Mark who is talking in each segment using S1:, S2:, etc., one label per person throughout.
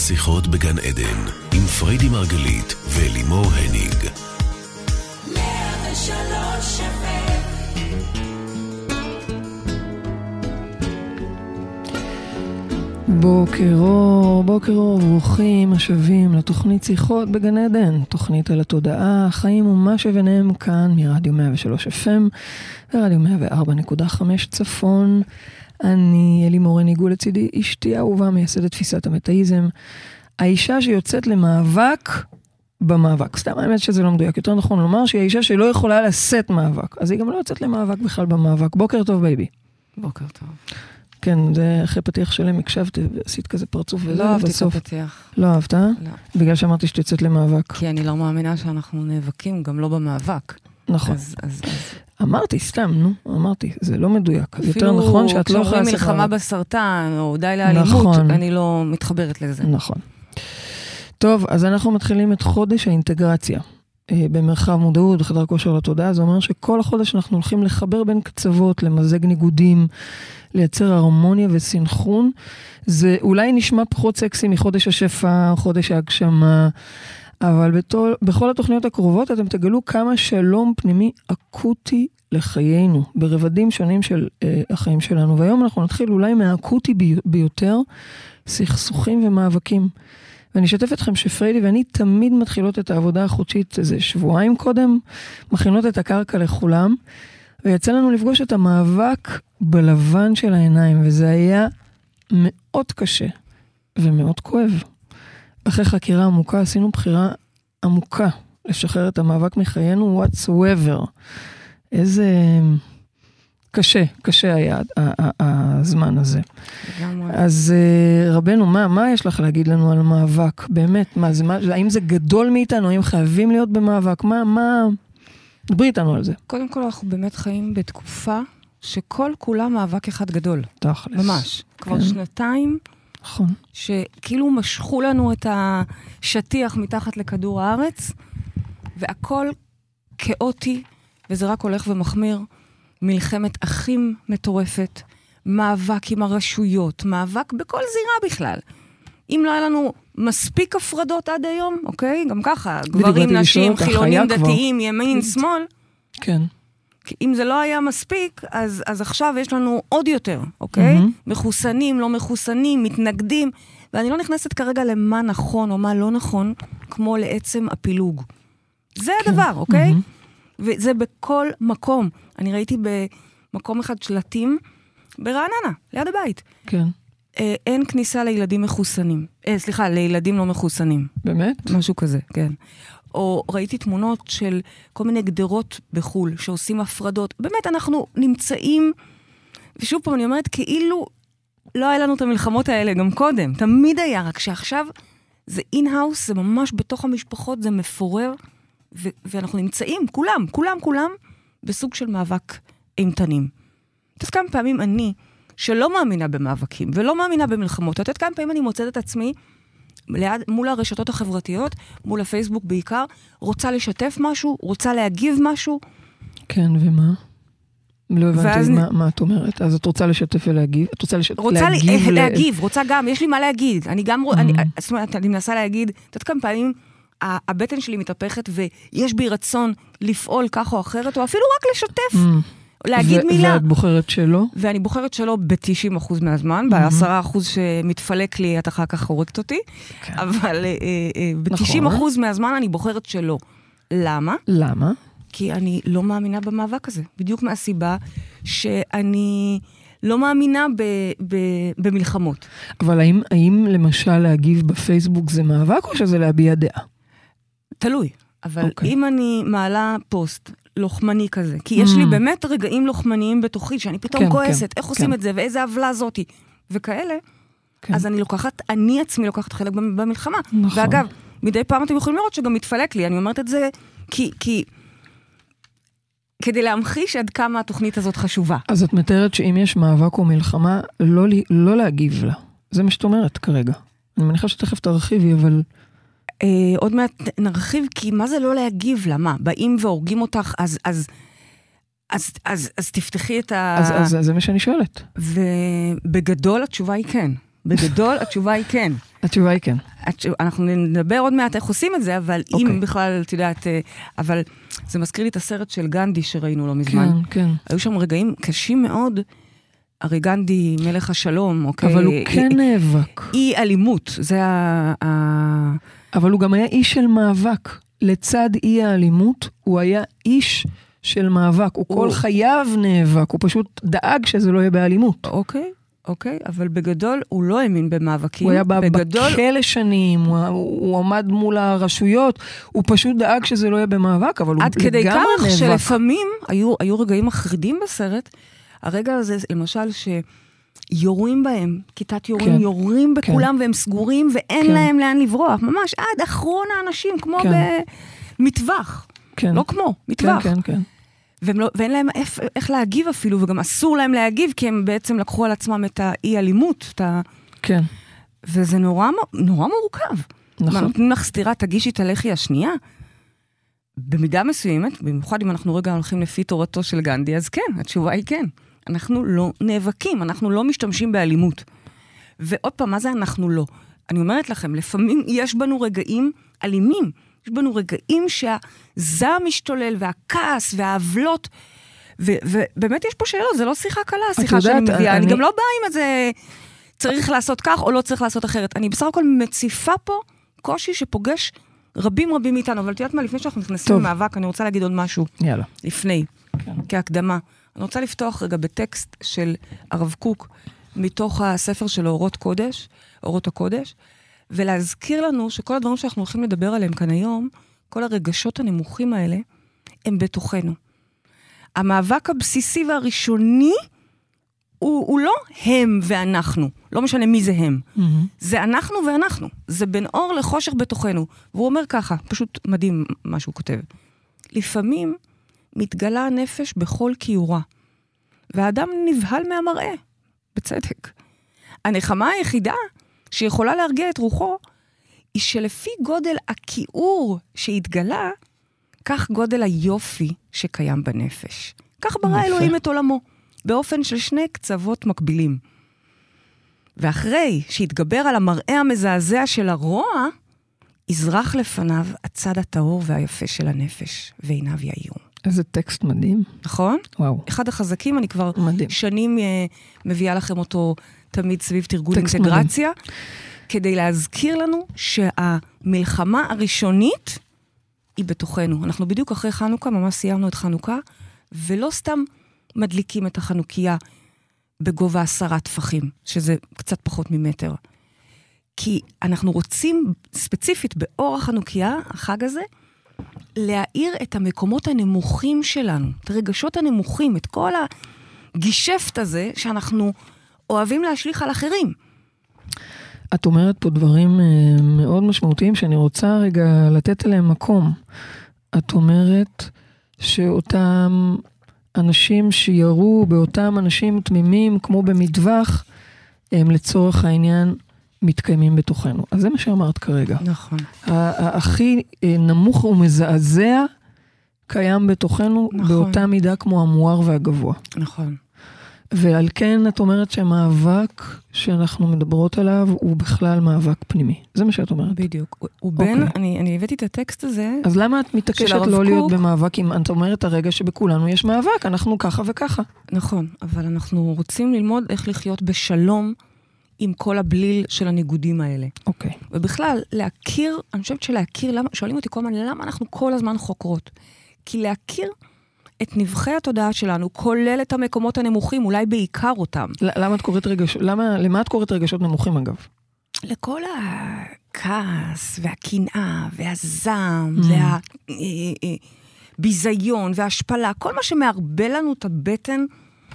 S1: שיחות בגן עדן, עם פריידי מרגלית ולימור הניג.
S2: 103 FM.
S3: בוקר אור, ברוכים השבים לתוכנית שיחות בגן עדן, תוכנית על התודעה, החיים ומה שביניהם, כאן מרדיו 103 FM ורדיו 104.5 צפון. אני לימור הניג, לצידי אשתי אהובה, מייסדת תפיסת המטאיזם, האישה שיוצאת למאבק במאבק. סתם האמת שזה לא מדויק, יותר נכון לומר שהיא האישה שלא יכולה לשאת מאבק, אז היא גם לא יוצאת למאבק בכלל במאבק. בוקר טוב בייבי.
S4: בוקר טוב.
S3: כן, זה אחרי פתיח שלם, הקשבתי ועשית כזה פרצוף וזה,
S4: לא אהבתי
S3: בסוף.
S4: את הפתיח.
S3: לא אהבת?
S4: לא.
S3: בגלל שאמרתי שאת יוצאת למאבק.
S4: כי אני לא מאמינה שאנחנו נאבקים, גם לא במאבק.
S3: נכון.
S4: אז
S3: אמרתי, סתם, אמרתי, זה לא מדויק. יותר נכון שאת לא יכולה...
S4: כשאומרים מלחמה בסרטן, או די לאלימות,
S3: נכון.
S4: אני לא מתחברת לזה.
S3: נכון. טוב, אז אנחנו מתחילים את חודש האינטגרציה. במרחב מודעות, בחדר כושר לתודעה, זה אומר שכל החודש אנחנו הולכים לחבר בין קצוות, למזג ניגודים, לייצר הרמוניה וסינכרון. זה אולי נשמע פחות סקסי מחודש השפע, חודש ההגשמה, אבל בכל התוכניות הקרובות אתם תגלו כמה שלום פנימי אקוטי לחיינו, ברבדים שונים של החיים שלנו. והיום אנחנו נתחיל אולי מהאקוטי ביותר, סכסוכים ומאבקים. ואני אשתף אתכם שפריידי ואני תמיד מתחילות את העבודה החודשית איזה שבועיים קודם, מכינות את הקרקע לכולם, ויצא לנו לפגוש את המאבק בלבן של העיניים, וזה היה מאוד קשה ומאוד כואב. אחרי חקירה עמוקה עשינו בחירה עמוקה לשחרר את המאבק מחיינו whatsoever. איזה קשה היה הזמן הזה. אז רבנו, מה יש לך להגיד לנו על המאבק? באמת, האם זה גדול מאיתנו? האם חייבים להיות במאבק? דברי איתנו על זה.
S4: קודם כל, אנחנו באמת חיים בתקופה שכל כולה מאבק אחד גדול.
S3: תכלס.
S4: ממש. כבר שנתיים.
S3: נכון.
S4: שכאילו משכו לנו את השטיח מתחת לכדור הארץ, והכל כאוטי, וזה רק הולך ומחמיר. מלחמת אחים מטורפת, מאבק עם הרשויות, מאבק בכל זירה בכלל. אם לא היה לנו מספיק הפרדות עד היום, אוקיי? גם ככה, גברים, נשים, חילונים, דתיים, ימין, שמאל.
S3: כן.
S4: אם זה לא היה מספיק, אז עכשיו יש לנו עוד יותר, אוקיי? מחוסנים, לא מחוסנים, מתנגדים, ואני לא נכנסת כרגע למה נכון או מה לא נכון, כמו לעצם הפילוג. זה הדבר, אוקיי? וזה בכל מקום. אני ראיתי במקום אחד שלטים ברעננה, ליד הבית.
S3: כן.
S4: אין כניסה לילדים מחוסנים. לילדים לא מחוסנים.
S3: באמת?
S4: משהו כזה, כן. או ראיתי תמונות של כל מיני גדרות בחול, שעושים הפרדות. באמת, אנחנו נמצאים, ושוב פעם אני אומרת, כאילו לא היה לנו את המלחמות האלה גם קודם. תמיד היה, רק שעכשיו זה אין-האוס, זה ממש בתוך המשפחות, זה מפורר, ואנחנו נמצאים, כולם, בסוג של מאבק אימתנים. את יודעת כמה פעמים אני, שלא מאמינה במאבקים, ולא מאמינה במלחמות, את יודעת כמה פעמים אני מוצאת את עצמי, מול הרשתות החברתיות, מול הפייסבוק בעיקר, רוצה לשתף משהו, רוצה להגיב משהו.
S3: כן, ומה? לא הבנתי מה את אומרת. אז את רוצה לשתף ולהגיב? את רוצה
S4: להגיב, רוצה גם, יש לי מה להגיד. אני גם, זאת אומרת, אני מנסה להגיד, את יודעת כמה פעמים, הבטן שלי מתהפכת, ויש בי רצון לפעול כך או אחרת, או אפילו רק לשתף, להגיד מילה.
S3: ואת בוחרת שלא?
S4: ואני בוחרת שלא ב-90% מהזמן, ב-10% שמתפלק לי, את אחר כך חורקת אותי, אבל ב-90% מהזמן אני בוחרת שלא. למה?
S3: למה?
S4: כי אני לא מאמינה במאבק הזה. בדיוק מהסיבה שאני לא מאמינה במלחמות.
S3: אבל האם למשל להגיב בפייסבוק זה מאבק, או שזה להביע דעה?
S4: תלוי. אבל אם אני מעלה פוסט לוחמני כזה, כי יש לי באמת רגעים לוחמניים בתוכי, שאני פתאום כועסת, איך עושים את זה, ואיזה עוולה זאתי, וכאלה, אז אני עצמי לוקחת חלק במלחמה. ואגב, מדי פעם אתם יכולים לראות שגם מתפלק לי, אני אומרת את זה כדי להמחיש עד כמה התוכנית הזאת חשובה.
S3: אז את מתארת שאם יש מאבק או מלחמה, לא להגיב לה. זה מה שאת אומרת כרגע. אני מניחה שתכף תרחיבי, אבל...
S4: עוד מעט נרחיב, כי מה זה לא להגיב לה? מה? באים והורגים אותך, אז תפתחי את ה...
S3: אז זה מה שאני שואלת.
S4: ובגדול התשובה היא כן. בגדול התשובה היא כן.
S3: התשובה היא כן.
S4: אנחנו נדבר עוד מעט איך עושים את זה, אבל
S3: אוקיי.
S4: אם בכלל, את יודעת, אבל זה מזכיר לי את הסרט של גנדי שראינו לא מזמן.
S3: כן, כן.
S4: היו שם רגעים קשים מאוד, הרי גנדי מלך השלום, אוקיי?
S3: אבל הוא כן נאבק.
S4: אי אלימות, זה
S3: אבל הוא גם היה איש של מאבק. לצד אי האלימות, הוא היה איש של מאבק. הוא כל חייו נאבק, הוא פשוט דאג שזה לא יהיה באלימות.
S4: אוקיי, אבל בגדול הוא לא האמין במאבקים.
S3: הוא היה בכלא שנים, הוא עמד מול הרשויות, הוא פשוט דאג שזה לא יהיה במאבק, אבל הוא לגמרי נאבק.
S4: עד כדי כך שלפעמים היו רגעים מחרידים בסרט, הרגע הזה למשל שיורים בהם, כיתת יורים, יורים בכולם והם סגורים ואין להם לאן לברוח, ממש עד אחרון האנשים, כמו במטווח. לא כמו, מטווח.
S3: כן.
S4: ואין להם איך להגיב אפילו, וגם אסור להם להגיב, כי הם בעצם לקחו על עצמם את האי-אלימות.
S3: כן.
S4: וזה נורא מורכב.
S3: נכון.
S4: נותנים לך סתירה, תגישי את הלחי השנייה. במידה מסוימת, במיוחד אם אנחנו רגע הולכים לפי תורתו של גנדי, אז כן, התשובה היא כן. אנחנו לא נאבקים, אנחנו לא משתמשים באלימות. ועוד פעם, מה זה אנחנו לא? אני אומרת לכם, לפעמים יש בנו רגעים אלימים, יש בנו רגעים שהזעם משתולל, והכעס, והעוולות, ובאמת יש פה שאלות, זה לא שיחה קלה, שיחה שאני מביאה, אני גם לא באה עם איזה, צריך לעשות כך או לא צריך לעשות אחרת. אני בסך הכל מציפה פה קושי שפוגש רבים מאיתנו, אבל תיודעת מה, לפני שאנחנו נכנסים למאבק, אני רוצה להגיד עוד משהו.
S3: יאללה.
S4: לפני, כהקדמה. אני רוצה לפתוח רגע בטקסט של הרב קוק, מתוך הספר של אורות הקודש, ולהזכיר לנו שכל הדברים שאנחנו הולכים לדבר עליהם כאן היום, כל הרגשות הנמוכים האלה, הם בתוכנו. המאבק הבסיסי והראשוני, הוא לא הם ואנחנו, לא משנה מי זה הם. זה אנחנו ואנחנו, זה בין אור לחושך בתוכנו. והוא אומר ככה, פשוט מדהים מה שהוא כותב. לפעמים מתגלה הנפש בכל כיורה, והאדם נבהל מהמראה, בצדק. הנחמה היחידה שיכולה להרגיע את רוחו, היא שלפי גודל הכיעור שהתגלה, כך גודל היופי שקיים בנפש. כך ברא אלוהים את עולמו, באופן של שני קצוות מקבילים. ואחרי שהתגבר על המראה המזעזע של הרוע, יזרח לפניו הצד הטהור והיפה של הנפש, ועיניו יאירו.
S3: איזה טקסט מדהים.
S4: נכון?
S3: וואו.
S4: אחד החזקים, אני כבר
S3: מדהים.
S4: שנים מביאה לכם אותו תמיד סביב תרגול אינטגרציה, כדי להזכיר לנו שהמלחמה הראשונית היא בתוכנו. אנחנו בדיוק אחרי חנוכה, ממש סיימנו את חנוכה, ולא סתם מדליקים את החנוכיה בגובה 10 טפחים, שזה קצת פחות ממטר. כי אנחנו רוצים, ספציפית באור החנוכיה, החג הזה, להאיר את המקומות הנמוכים שלנו, את הרגשות הנמוכים, את כל הגישפט הזה שאנחנו אוהבים להשליך על אחרים.
S3: את אומרת פה דברים מאוד משמעותיים שאני רוצה רגע לתת עליהם מקום. את אומרת שאותם אנשים שירו באותם אנשים תמימים כמו במטווח, הם לצורך העניין מתקיימים בתוכנו. אז זה מה שאמרת כרגע.
S4: נכון.
S3: הכי נמוך ומזעזע קיים בתוכנו, נכון. באותה מידה כמו המואר והגבוה.
S4: נכון.
S3: ועל כן את אומרת שהמאבק שאנחנו מדברות עליו הוא בכלל מאבק פנימי. זה מה שאת אומרת.
S4: בדיוק. הוא בין, אני הבאתי את הטקסט הזה.
S3: אז למה את מתעקשת לא להיות במאבק אם את אומרת הרגע שבכולנו יש מאבק, אנחנו ככה וככה.
S4: נכון, אבל אנחנו רוצים ללמוד איך לחיות בשלום עם כל הבליל של הניגודים האלה.
S3: אוקיי.
S4: ובכלל, להכיר, אני חושבת שלהכיר, שואלים אותי כל הזמן, למה אנחנו כל הזמן חוקרות? כי להכיר את נבחי התודעה שלנו, כולל את המקומות הנמוכים, אולי בעיקר אותם.
S3: למה את קוראת רגשות, למה את קוראת רגשות נמוכים אגב?
S4: לכל הכעס והקנאה והזעם והביזיון וההשפלה, כל מה שמערבל לנו את הבטן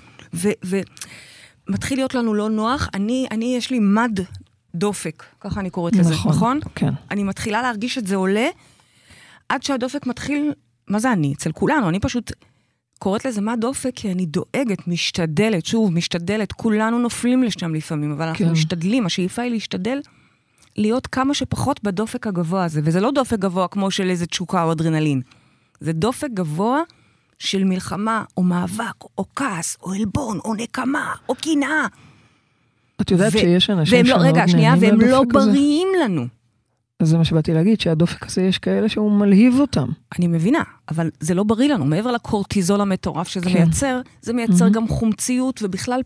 S4: ומתחיל להיות לנו לא נוח, אני יש לי מד דופק, ככה אני קוראת לזה, נכון?
S3: כן.
S4: אני מתחילה להרגיש את זה עולה, עד שהדופק מתחיל, מה זה אני? אצל כולנו, אני פשוט קוראת לזה מה דופק, כי אני דואגת, משתדלת, שוב, משתדלת, כולנו נופלים לשם לפעמים, אבל אנחנו משתדלים, השאיפה היא להשתדל, להיות כמה שפחות בדופק הגבוה הזה, וזה לא דופק גבוה כמו של איזה תשוקה או אדרנלין, זה דופק גבוה של מלחמה, או מאבק, או כעס, או אלבון, או נקמה, או קנאה.
S3: את יודעת שיש אנשים שמאוד
S4: רגע, שנייה,
S3: נהנים
S4: והם לא
S3: מהדופק הזה?
S4: בריים לנו.
S3: אז זה מה שבאתי להגיד, שהדופק הזה יש כאלה שהוא מלהיב אותם.
S4: אני מבינה, אבל זה לא בריא לנו. מעבר לקורטיזול המטורף שזה מייצר, זה מייצר גם חומציות, ובכלל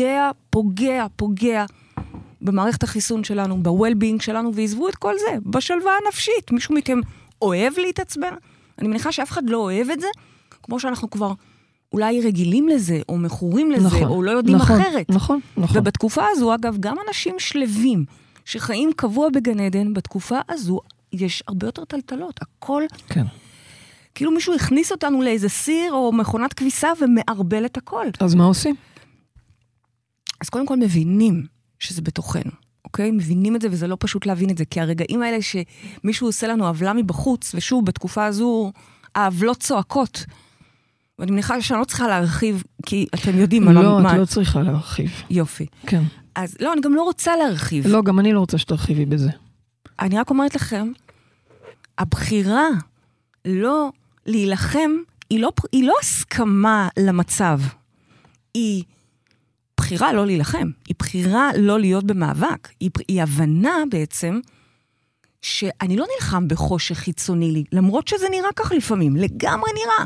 S4: פוגע במערכת החיסון שלנו, ב-well-being שלנו, ועזבו את כל זה, בשלווה הנפשית. מישהו מכם אוהב להתעצבן? אני מניחה שאף אחד לא אוהב את זה, כמו שאנחנו כבר אולי רגילים לזה, או מכורים לזה, נכון, או לא יודעים
S3: נכון,
S4: אחרת.
S3: נכון.
S4: ובתקופה הזו, אגב, גם אנשים שלווים, שחיים קבוע בגן עדן, בתקופה הזו יש הרבה יותר טלטלות. הכל,
S3: כן.
S4: כאילו מישהו הכניס אותנו לאיזה סיר או מכונת כביסה ומערבל את הכל.
S3: אז מה עושים?
S4: אז קודם כל מבינים שזה בתוכנו, אוקיי? מבינים את זה וזה לא פשוט להבין את זה, כי הרגעים האלה שמישהו עושה לנו עוולה מבחוץ, ושוב, בתקופה הזו העוולות צועקות. ואני מניחה שאני לא צריכה להרחיב, כי אתם יודעים
S3: לא, את לא צריכה להרחיב.
S4: יופי.
S3: כן.
S4: אז לא, אני גם לא רוצה להרחיב.
S3: לא, גם אני לא רוצה שתרחיבי בזה.
S4: אני רק אומרת לכם, הבחירה לא להילחם, היא לא הסכמה למצב. היא בחירה לא להילחם. היא בחירה לא להיות במאבק. היא הבנה בעצם, שאני לא נלחם בחושך חיצוני לי, למרות שזה נראה כך לפעמים, לגמרי נראה.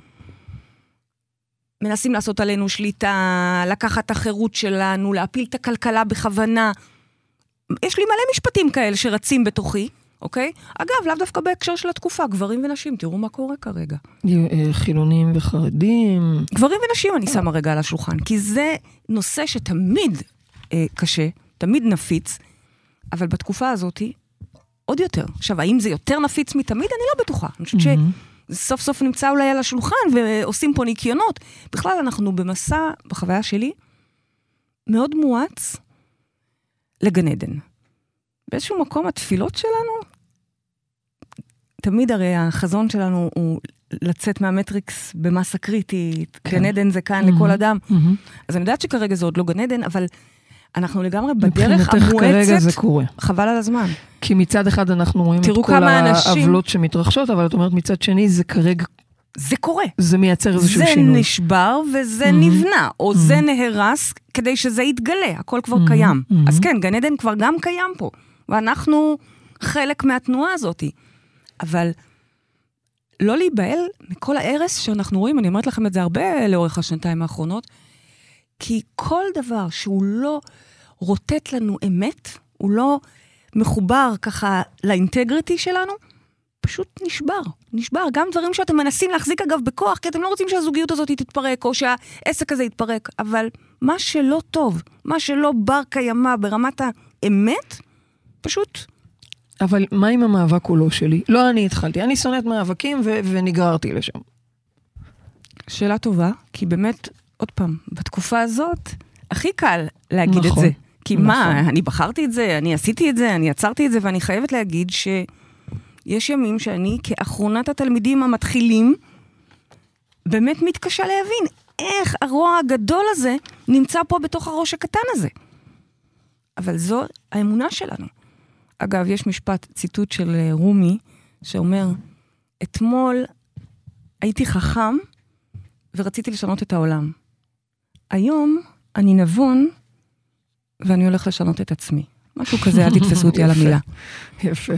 S4: מנסים לעשות עלינו שליטה, לקחת את החירות שלנו, להפיל את הכלכלה בכוונה. יש לי מלא משפטים כאלה שרצים בתוכי, אוקיי? אגב, לאו דווקא בהקשר של התקופה, גברים ונשים, תראו מה קורה כרגע.
S3: חילונים וחרדים.
S4: גברים ונשים אני שמה רגע על השולחן, כי זה נושא שתמיד קשה, תמיד נפיץ, אבל בתקופה הזאת עוד יותר. עכשיו, האם זה יותר נפיץ מתמיד? אני לא בטוחה. אני חושבת סוף סוף נמצא אולי על השולחן, ועושים פה ניקיונות. בכלל, אנחנו במסע, בחוויה שלי, מאוד מואץ לגן עדן. באיזשהו מקום, התפילות שלנו, תמיד הרי החזון שלנו הוא לצאת מהמטריקס במסה קריטית, גן עדן זה כאן לכל אדם. אז אני יודעת שכרגע זה עוד לא גן עדן, אבל אנחנו לגמרי בדרך המואצת, חבל על הזמן.
S3: כי מצד אחד אנחנו רואים את כל העוולות שמתרחשות, אבל את אומרת מצד שני זה כרגע...
S4: זה קורה.
S3: זה מייצר איזשהו שינוי.
S4: זה נשבר וזה נבנה, או זה נהרס כדי שזה יתגלה, הכל כבר קיים. אז כן, גן עדן כבר גם קיים פה, ואנחנו חלק מהתנועה הזאת. אבל לא להיבהל מכל הערס שאנחנו רואים, אני אומרת לכם את זה הרבה לאורך השנתיים האחרונות, כי כל דבר שהוא לא רוטט לנו אמת, הוא לא מחובר ככה לאינטגריטי שלנו, פשוט נשבר. גם דברים שאתם מנסים להחזיק אגב בכוח, כי אתם לא רוצים שהזוגיות הזאת תתפרק, או שהעסק הזה יתפרק, אבל מה שלא טוב, מה שלא בר קיימה ברמת האמת, פשוט...
S3: אבל מה אם המאבק הוא לא שלי? לא אני התחלתי, אני שונאת מאבקים ונגררתי לשם. שאלה טובה, כי באמת... עוד פעם, בתקופה הזאת, הכי קל להגיד את זה. כי מה, אני בחרתי את זה, אני עשיתי את זה, אני עצרתי את זה, ואני חייבת להגיד שיש ימים שאני, כאחרונת התלמידים המתחילים, באמת מתקשה להבין איך הרוע הגדול הזה נמצא פה בתוך הראש הקטן הזה. אבל זו האמונה שלנו. אגב, יש משפט, ציטוט של רומי, שאומר, אתמול הייתי חכם, ורציתי לשנות את העולם. היום אני נבון, ואני הולך לשנות את עצמי. משהו כזה, אל תתפסו אותי על המילה. יפה.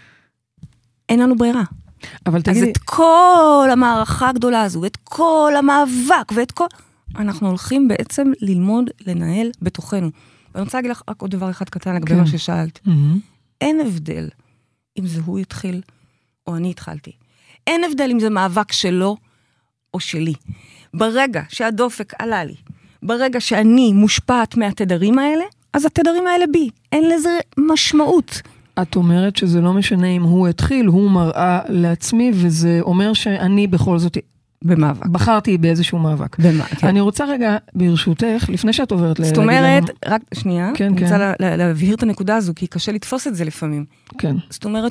S4: אין לנו ברירה.
S3: אבל תגידי...
S4: אז את כל המערכה הגדולה הזו, ואת כל המאבק, ואת כל... אנחנו הולכים בעצם ללמוד, לנהל בתוכנו. ואני רוצה להגיד לך רק עוד דבר אחד קטן, לגבי מה ששאלת. אין הבדל אם זה הוא התחיל, או אני התחלתי. אין הבדל אם זה מאבק שלו, או שלי. ברגע שהדופק עלה לי, ברגע שאני מושפעת מהתדרים האלה, אז התדרים האלה בי. אין לזה משמעות.
S3: את אומרת שזה לא משנה אם הוא התחיל, הוא מראה לעצמי, וזה אומר שאני בכל זאת...
S4: במאבק.
S3: בחרתי באיזשהו מאבק.
S4: כן.
S3: אני רוצה רגע, ברשותך, לפני שאת עוברת...
S4: זאת אומרת, רק שנייה,
S3: כן,
S4: אני רוצה להבהיר את הנקודה הזו, כי קשה לתפוס את זה לפעמים.
S3: כן.
S4: זאת אומרת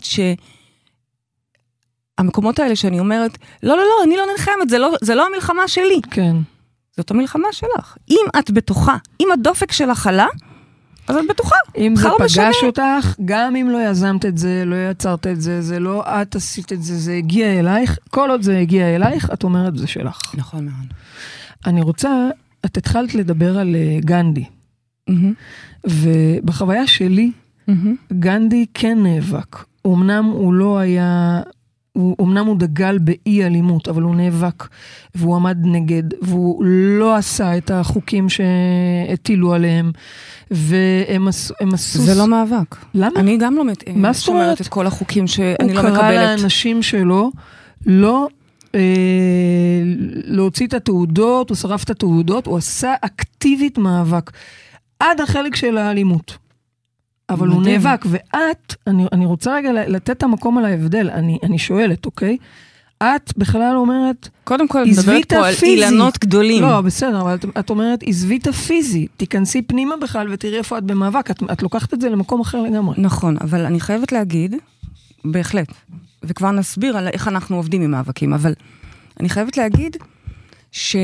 S4: המקומות האלה שאני אומרת, לא, אני לא נלחמת, זה לא המלחמה שלי.
S3: כן. זאת
S4: המלחמה שלך. אם את בתוכה, אם הדופק שלך עלה, אז את בתוכה.
S3: אם זה פגש אותך, גם אם לא יזמת את זה, לא יצרת את זה, זה לא את עשית את זה, זה הגיע אלייך, כל עוד זה הגיע אלייך, את אומרת זה שלך.
S4: נכון מאוד.
S3: אני רוצה, את התחלת לדבר על גנדי. ובחוויה שלי, גנדי כן נאבק. אמנם הוא לא היה, אמנם הוא דגל באי אלימות, אבל הוא נאבק, והוא עמד נגד, והוא לא עשה את החוקים שהטילו עליהם, והם עשו...
S4: זה לא מאבק.
S3: למה?
S4: אני גם לא שומרת את כל החוקים שאני לא מקבלת.
S3: הוא קרא לאנשים שלו, לא להוציא את התעודות, הוא שרף את התעודות, הוא עשה אקטיבית מאבק, עד החלק של האלימות. אבל הוא נאבק, ואת, אני רוצה רגע לתת את המקום על ההבדל, אני שואלת, אוקיי? את בכלל אומרת,
S4: קודם כל, מדברת פה על אילנות גדולים.
S3: לא, בסדר, אבל את אומרת, עזבי את הפיזי, תיכנסי פנימה בכלל ותראי איפה את במאבק, את לוקחת את זה למקום אחר לגמרי.
S4: נכון, אבל אני חייבת להגיד, בהחלט, וכבר נסביר על איך אנחנו עובדים עם מאבקים, אבל אני חייבת להגיד, שלא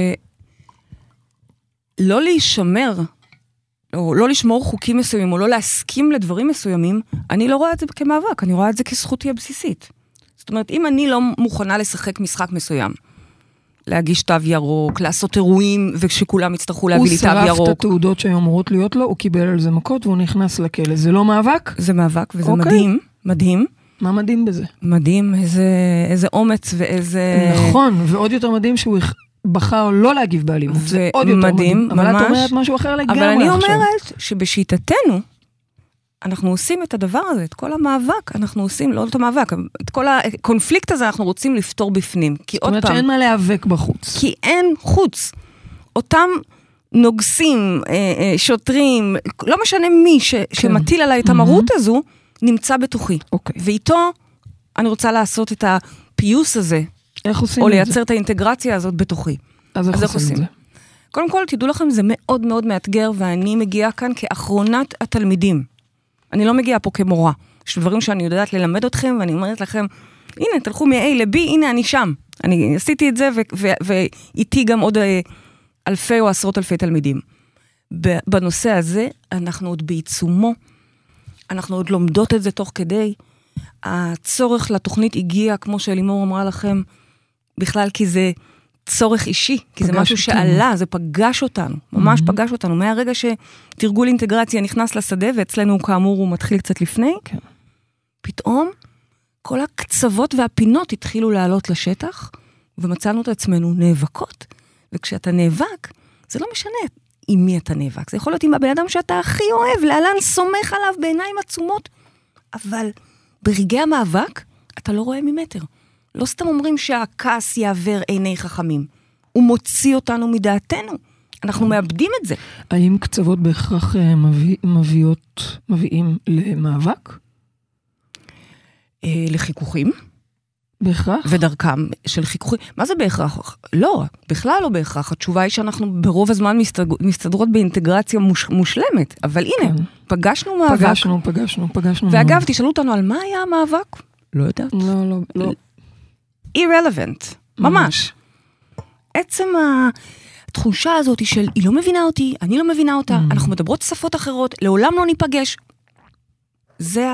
S4: להישמר, או לא לשמור חוקים מסוימים, או לא להסכים לדברים מסוימים, אני לא רואה את זה כמאבק, אני רואה את זה כזכותי הבסיסית. זאת אומרת, אם אני לא מוכנה לשחק משחק מסוים, להגיש תו ירוק, לעשות אירועים, וכשכולם יצטרכו להביא לי תו ירוק.
S3: הוא שרף את התעודות שהיו אמורות להיות לו, הוא קיבל על זה מכות, והוא נכנס לכלא. זה לא מאבק?
S4: זה מאבק, וזה מדהים, מדהים.
S3: מה מדהים בזה?
S4: מדהים, איזה אומץ ואיזה...
S3: נכון, ועוד יותר מדהים שהוא בחר לא להגיב באלימות. זה עוד יותר מדהים. אבל את אומרת משהו אחר לגמרי עכשיו.
S4: אבל אני אומרת שבשיטתנו, אנחנו עושים את הדבר הזה, את כל המאבק, אנחנו עושים, לא את המאבק, את כל הקונפליקט הזה אנחנו רוצים לפתור בפנים.
S3: זאת אומרת שאין מה להיאבק בחוץ.
S4: כי אין חוץ. אותם נוגסים, שוטרים, לא משנה מי שמטיל עליי את המרות הזו, נמצא בתוכי. ואיתו אני רוצה לעשות את הפיוס הזה,
S3: איך עושים
S4: או
S3: את זה?
S4: לייצר את האינטגרציה הזאת בתוכי.
S3: אז איך עושים את זה?
S4: קודם כל, תדעו לכם, זה מאוד מאוד מאתגר, ואני מגיעה כאן כאחרונת התלמידים. אני לא מגיעה פה כמורה. יש דברים שאני יודעת ללמד אתכם, ואני אומרת לכם, הנה, תלכו מ-A ל-B, הנה, אני שם. אני עשיתי את זה, ואיתי גם עוד אלפי או עשרות אלפי תלמידים. בנושא הזה, אנחנו עוד בעיצומו, אנחנו עוד לומדות את זה תוך כדי. הצורך לתוכנית הגיע, כמו שלימור אמרה לכם, בכלל כי זה צורך אישי, כי זה משהו שעלה, זה פגש אותנו, ממש פגש אותנו. מהרגע שתרגול אינטגרציה נכנס לשדה, ואצלנו כאמור הוא מתחיל קצת לפני, פתאום כל הקצוות והפינות התחילו לעלות לשטח, ומצאנו את עצמנו נאבקות. וכשאתה נאבק, זה לא משנה עם מי אתה נאבק. זה יכול להיות עם הבן אדם שאתה הכי אוהב, לאלן סומך עליו בעיניים עצומות, אבל ברגעי המאבק, אתה לא רואה ממטר. לא סתם אומרים שהכעס יעבר עיני חכמים. הוא מוציא אותנו מדעתנו. אנחנו מאבדים את זה.
S3: האם קצוות בהכרח מביאים למאבק?
S4: לחיכוכים.
S3: בהכרח?
S4: ודרכם של חיכוכים. מה זה בהכרח? לא, בכלל לא בהכרח. התשובה היא שאנחנו ברוב הזמן מסתדרות באינטגרציה מושלמת. אבל הנה, פגשנו מאבק.
S3: פגשנו.
S4: ואגב, תשאלו אותנו על מה היה המאבק? לא יודעת.
S3: לא.
S4: irrelevant, ממש. עצם התחושה הזאת של היא לא מבינה אותי, אני לא מבינה אותה, אנחנו מדברות שפות אחרות, לעולם לא ניפגש. זה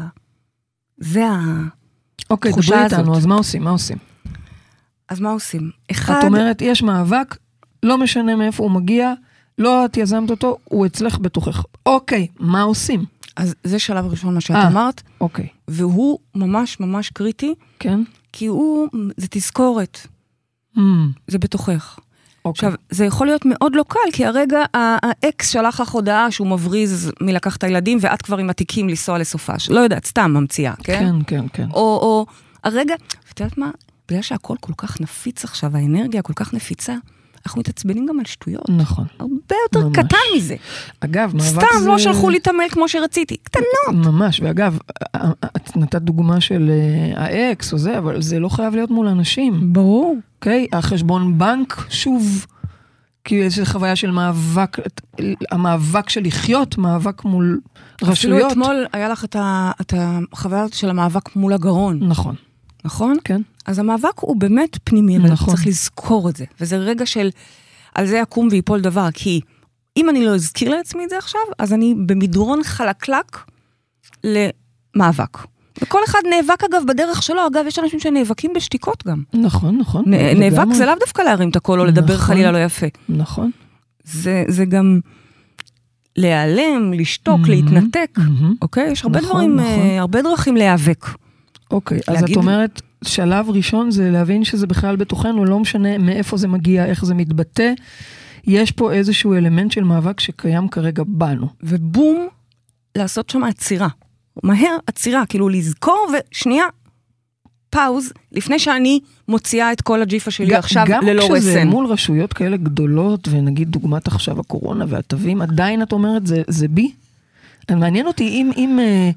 S3: אוקיי, דברי איתנו, אז מה עושים?
S4: אז מה עושים?
S3: את אומרת, יש מאבק, לא משנה מאיפה הוא מגיע, לא את יזמת אותו, הוא אצלך בתוכך. אוקיי, מה עושים?
S4: אז זה שלב ראשון מה שאת אמרת.
S3: אוקיי.
S4: והוא ממש ממש קריטי.
S3: כן.
S4: כי זה תזכורת. זה בתוכך.
S3: אוקיי.
S4: עכשיו, זה יכול להיות מאוד לא קל, כי הרגע האקס שלח לך הודעה שהוא מבריז מלקח את הילדים, ואת כבר עם התיקים לנסוע לסופש. לא יודעת, סתם ממציאה, כן?
S3: כן.
S4: או הרגע, ואת יודעת מה? בגלל שהכל כל כך נפיץ עכשיו, האנרגיה כל כך נפיצה, אנחנו מתעצבנים גם על שטויות.
S3: נכון.
S4: הרבה יותר ממש. קטן מזה.
S3: אגב, מאבק
S4: סתם זה... לא שלחו לי את המייל כמו שרציתי. קטנות.
S3: ממש, ואגב, את נתת דוגמה של האקס או זה, אבל זה לא חייב להיות מול אנשים.
S4: ברור.
S3: אוקיי? החשבון בנק, שוב, כי יש חוויה של מאבק, המאבק של לחיות, מאבק מול רשויות.
S4: אפילו אתמול היה לך את החוויה של המאבק מול הגרון.
S3: נכון.
S4: נכון?
S3: כן.
S4: אז המאבק הוא באמת פנימי, אבל צריך לזכור את זה. וזה רגע של, על זה יקום ויפול דבר, כי אם אני לא אזכיר לעצמי את זה עכשיו, אז אני במדרון חלקלק למאבק. וכל אחד נאבק אגב בדרך שלו, אגב יש אנשים שנאבקים בשתיקות גם.
S3: נכון.
S4: נאבק זה לאו דווקא להרים את הקול או לדבר חלילה לא יפה.
S3: נכון.
S4: זה גם, להיעלם, לשתוק, להתנתק, אוקיי? יש הרבה דברים, הרבה דרכים להיאבק.
S3: אוקיי, אז את אומרת, שלב ראשון זה להבין שזה בכלל בתוכנו, לא משנה מאיפה זה מגיע, איך זה מתבטא, יש פה איזשהו אלמנט של מאבק שקיים כרגע בנו.
S4: ובום, לעשות שם עצירה. מהר עצירה, כאילו לזכור ושנייה, פאוז, לפני שאני מוציאה את כל הג'יפה שלי עכשיו ללא רסן. גם כשזה
S3: מול רשויות כאלה גדולות, ונגיד דוגמת עכשיו הקורונה והטבים, עדיין את אומרת, זה בי? מעניין אותי אם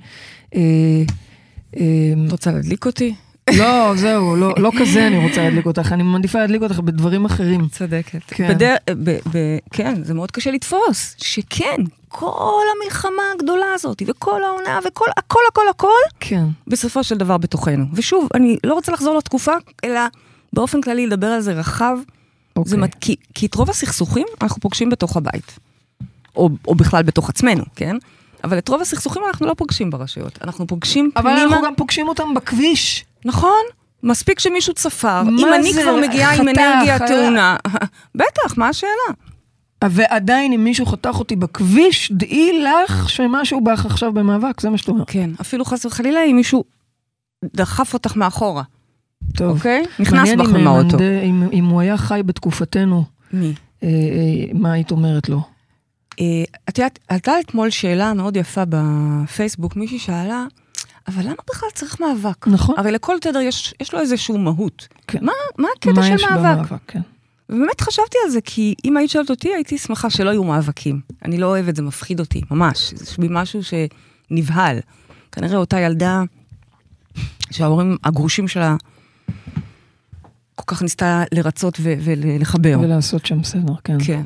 S4: את רוצה להדליק אותי?
S3: לא, זהו, לא כזה אני רוצה להדליק אותך, אני מעדיפה להדליק אותך בדברים אחרים.
S4: צדקת. כן, זה מאוד קשה לתפוס, שכן, כל המלחמה הגדולה הזאת, וכל העונה, וכל, הכל,
S3: כן.
S4: בסופו של דבר בתוכנו. ושוב, אני לא רוצה לחזור לתקופה, אלא באופן כללי לדבר על זה רחב, כי את רוב הסכסוכים אנחנו פוגשים בתוך הבית, או בכלל בתוך עצמנו, כן? אבל את רוב הסכסוכים אנחנו לא פוגשים ברשויות, אנחנו פוגשים
S3: פנימה.
S4: אבל
S3: אנחנו גם פוגשים אותם בכביש.
S4: נכון, מספיק שמישהו צפר, אם אני כבר מגיעה עם אנרגיה טעונה, בטח, מה השאלה?
S3: ועדיין אם מישהו חתך אותי בכביש, דעי לך שמשהו בך עכשיו במאבק, זה מה שאתה אומר.
S4: כן, אפילו חס וחלילה אם מישהו דחף אותך מאחורה.
S3: טוב.
S4: אוקיי? נכנס בך מהאוטו.
S3: אם הוא היה חי בתקופתנו,
S4: מי?
S3: מה היית אומרת לו?
S4: את יודעת, עלתה אתמול שאלה מאוד יפה בפייסבוק, מישהי שאלה, אבל למה בכלל צריך מאבק?
S3: נכון.
S4: הרי לכל תדר יש לו איזשהו מהות.
S3: כן.
S4: מה הקטע של מאבק?
S3: במאבק, כן.
S4: ובאמת חשבתי על זה, כי אם היית שואלת אותי, הייתי שמחה שלא יהיו מאבקים. אני לא אוהבת, זה מפחיד אותי, ממש. זה משהו שנבהל. כנראה אותה ילדה, שההורים הגרושים שלה, כל כך ניסתה לרצות ולחבר.
S3: ולעשות שם בסדר, כן.
S4: כן.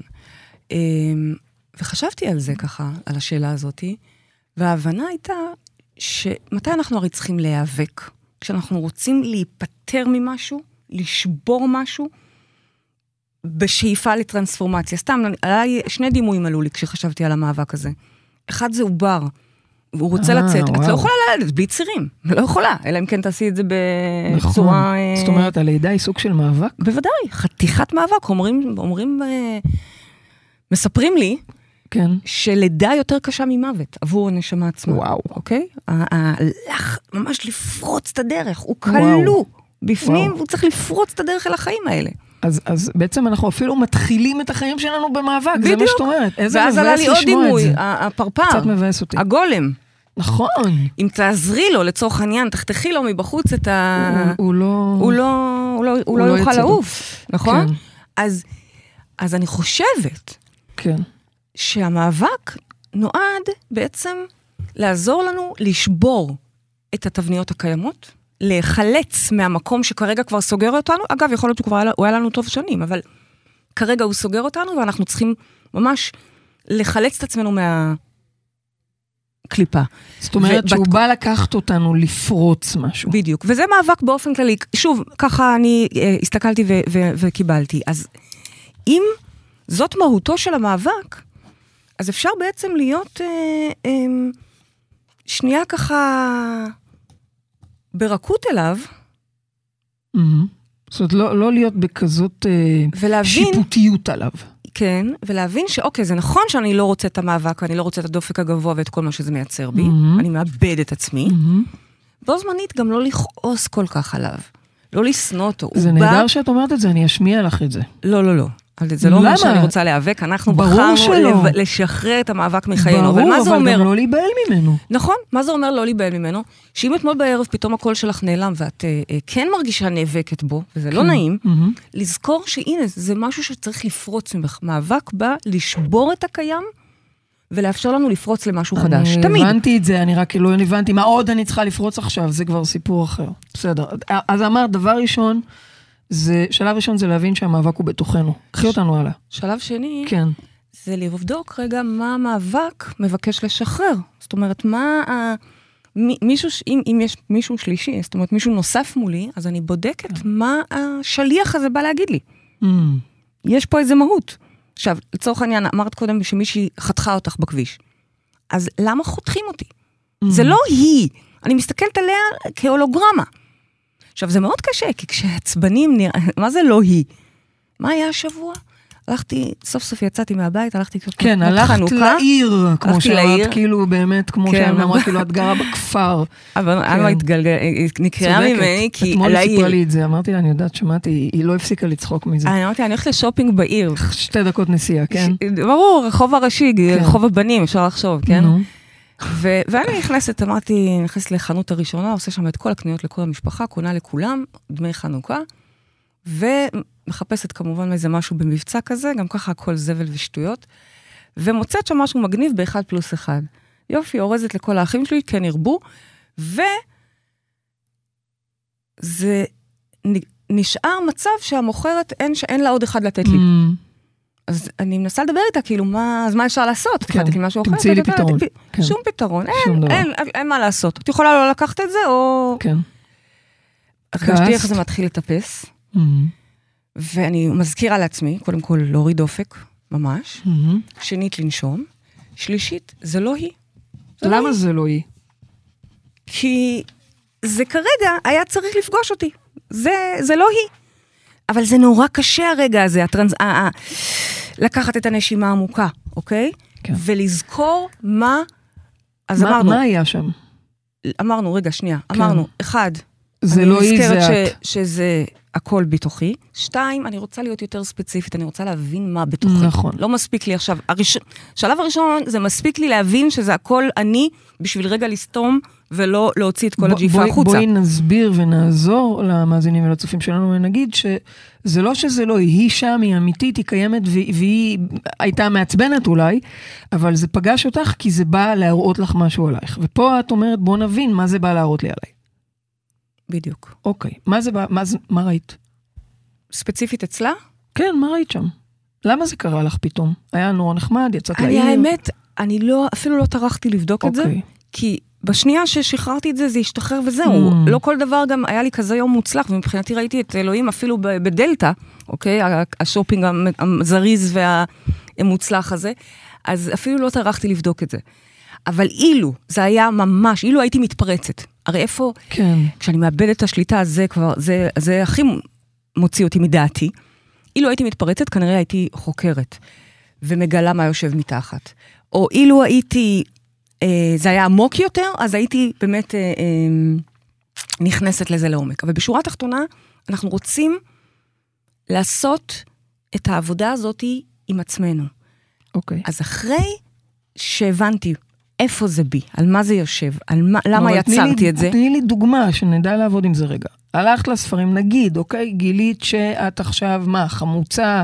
S4: וחשבתי על זה ככה, על השאלה הזאת, וההבנה הייתה שמתי אנחנו הרי צריכים להיאבק? כשאנחנו רוצים להיפטר ממשהו, לשבור משהו, בשאיפה לטרנספורמציה. סתם, שני דימויים עלו לי כשחשבתי על המאבק הזה. אחד זה עובר, והוא רוצה לצאת. את לא יכולה ללדת בלי צירים. לא יכולה, אלא אם כן תעשי את זה בצורה...
S3: זאת אומרת, הלידה היא סוג של מאבק?
S4: בוודאי, חתיכת מאבק. אומרים, מספרים לי,
S3: כן.
S4: שלידה יותר קשה ממוות עבור הנשמה עצמה.
S3: וואו.
S4: אוקיי? ממש לפרוץ את הדרך. הוא כלוא בפנים, והוא צריך לפרוץ את הדרך אל החיים האלה.
S3: אז בעצם אנחנו אפילו מתחילים את החיים שלנו במאבק, זה מה שאת אומרת.
S4: ואז עלה לי עוד דימוי, הפרפר,
S3: קצת מבאס אותי.
S4: הגולם.
S3: נכון. אם
S4: תעזרי לו, לצורך העניין, תחתכי לו מבחוץ את
S3: הוא
S4: לא יוכל לעוף, נכון? אז אני חושבת,
S3: כן.
S4: שהמאבק נועד בעצם לעזור לנו לשבור את התבניות הקיימות, להיחלץ מהמקום שכרגע כבר סוגר אותנו, אגב, יכול להיות שהוא היה לנו טוב שנים, אבל כרגע הוא סוגר אותנו, ואנחנו צריכים ממש לחלץ את עצמנו מהקליפה.
S3: זאת אומרת שהוא בא לקחת אותנו לפרוץ משהו.
S4: בדיוק, וזה מאבק באופן כללי. שוב, ככה אני הסתכלתי וקיבלתי. אז אם זאת מהותו של המאבק, אז אפשר בעצם להיות שנייה ככה... ברכות אליו.
S3: זאת אומרת, לא להיות בכזאת שיפוטיות עליו.
S4: כן, ולהבין שאוקיי, זה נכון שאני לא רוצה את המאבק, אני לא רוצה את הדופק הגבוה ואת כל מה שזה מייצר בי, אני מאבד את עצמי, בו זמנית גם לא לכעוס כל כך עליו, לא לסנוע אותו.
S3: זה נהדר שאת אומרת את זה, אני אשמיע לך את זה.
S4: לא. זה לא אומר שאני רוצה להיאבק, אנחנו בחרנו לשחרר את המאבק מחיינו.
S3: ברור, אבל גם לא להיבהל ממנו.
S4: נכון, מה זה אומר לא להיבהל ממנו? שאם אתמול בערב פתאום הקול שלך נעלם, ואת כן מרגישה נאבקת בו, וזה לא נעים, לזכור שהנה, זה משהו שצריך לפרוץ ממך. מאבק בא לשבור את הקיים, ולאפשר לנו לפרוץ למשהו חדש. תמיד.
S3: אני הבנתי את זה, אני רק לא הבנתי מה עוד אני צריכה לפרוץ עכשיו, זה כבר סיפור אחר. בסדר. אז אמרת, דבר ראשון, שלב ראשון זה להבין שהמאבק הוא בתוכנו. קחי אותנו הלאה.
S4: שלב שני,
S3: כן.
S4: זה לבדוק רגע מה המאבק מבקש לשחרר. זאת אומרת, אם יש מישהו שלישי, זאת אומרת, מישהו נוסף מולי, אז אני בודקת מה השליח הזה בא להגיד לי. יש פה איזה מהות. עכשיו, לצורך העניין, אמרת קודם שמישהי חתכה אותך בכביש. אז למה חותכים אותי? זה לא היא. אני מסתכלת עליה כהולוגרמה. עכשיו, זה מאוד קשה, כי כשהעצבנים נראה, מה זה לא היא? מה היה השבוע? הלכתי, סוף סוף יצאתי מהבית, הלכתי
S3: כן, הלכת לעיר, כמו שאמרת, כאילו באמת, כמו שאמרת, כאילו את גרה בכפר.
S4: אבל אמה נקראה ממני, כי
S3: אתמול היא סיפרה לי את זה, אמרתי לה, אני יודעת, שמעתי, היא לא הפסיקה לצחוק מזה.
S4: אני אמרתי, אני הולכת לשופינג בעיר.
S3: 2 דקות נסיעה, כן?
S4: ברור, רחוב הראשי, רחוב הבנים, אפשר לחשוב, כן? ואני נכנסת, אמרתי, נכנסת לחנות הראשונה, עושה שם את כל הקניות לכל המשפחה, קונה לכולם, דמי חנוכה, ומחפשת כמובן איזה משהו במבצע כזה, גם ככה הכל זבל ושטויות, ומוצאת שם משהו מגניב ב1+1. יופי, אורזת לכל האחים שלי, כן ירבו, וזה נשאר מצב שהמוכרת אין לה עוד אחד לתת לי. אז אני מנסה לדבר איתה, כאילו, אז מה אפשר לעשות?
S3: תמצאי לי פתרון.
S4: שום פתרון, אין מה לעשות. את יכולה לא לקחת את זה, או... כן. הרגשתי איך זה מתחיל לטפס, ואני מזכירה לעצמי, קודם כל, להוריד דופק, ממש. שנית, לנשום. שלישית, זה לא היא.
S3: למה זה לא היא?
S4: כי זה כרגע היה צריך לפגוש אותי. זה לא היא. אבל זה נורא קשה הרגע הזה, לקחת את הנשימה העמוקה, אוקיי? כן. ולזכור מה... אז אמרנו...
S3: מה היה שם?
S4: אמרנו, רגע, שנייה. כן. אמרנו, 1,
S3: זה לא היא, זה את.
S4: שזה הכל בתוכי. 2, אני רוצה להיות יותר ספציפית, אני רוצה להבין מה בתוכי.
S3: נכון.
S4: לא מספיק לי עכשיו. שלב הראשון, זה מספיק לי להבין שזה הכל אני, בשביל רגע לסתום, ולא להוציא את כל הג'יפה החוצה.
S3: בואי נסביר ונעזור למאזינים ולצופים שלנו, ונגיד שזה לא שזה לא, היא שם, היא אמיתית, היא קיימת, והיא הייתה מעצבנת אולי, אבל זה פגש אותך, כי זה בא להראות לך משהו עלייך. ופה את אומרת, בוא נבין מה זה בא להראות לי עליי.
S4: בדיוק.
S3: אוקיי, מה ראית?
S4: ספציפית אצלה?
S3: כן, מה ראית שם? למה זה קרה לך פתאום? היה נורא נחמד, יצאת לעיר?
S4: האמת, אני אפילו לא טרחתי לבדוק את זה, כי בשנייה ששחררתי את זה, זה השתחרר וזהו. לא כל דבר גם היה לי כזה יום מוצלח, ומבחינתי ראיתי את אלוהים אפילו בדלטה, אוקיי? השופינג הזריז והמוצלח הזה, אז אפילו לא טרחתי לבדוק את זה. אבל אילו, זה היה ממש, אילו הייתי מתפרצת. הרי איפה,
S3: כן.
S4: כשאני מאבדת את השליטה, זה הכי מוציא אותי מדעתי. אילו הייתי מתפרצת, כנראה הייתי חוקרת, ומגלה מה יושב מתחת. או אילו הייתי, זה היה עמוק יותר, אז הייתי באמת נכנסת לזה לעומק. אבל בשורה התחתונה, אנחנו רוצים לעשות את העבודה הזאת עם עצמנו.
S3: אוקיי.
S4: אז אחרי שהבנתי איפה זה בי, על מה זה יושב, למה יצרתי את זה.
S3: תני לי דוגמה שנדע לעבוד עם זה רגע. הלכת לספרים, נגיד, אוקיי, גילית שאת עכשיו, חמוצה,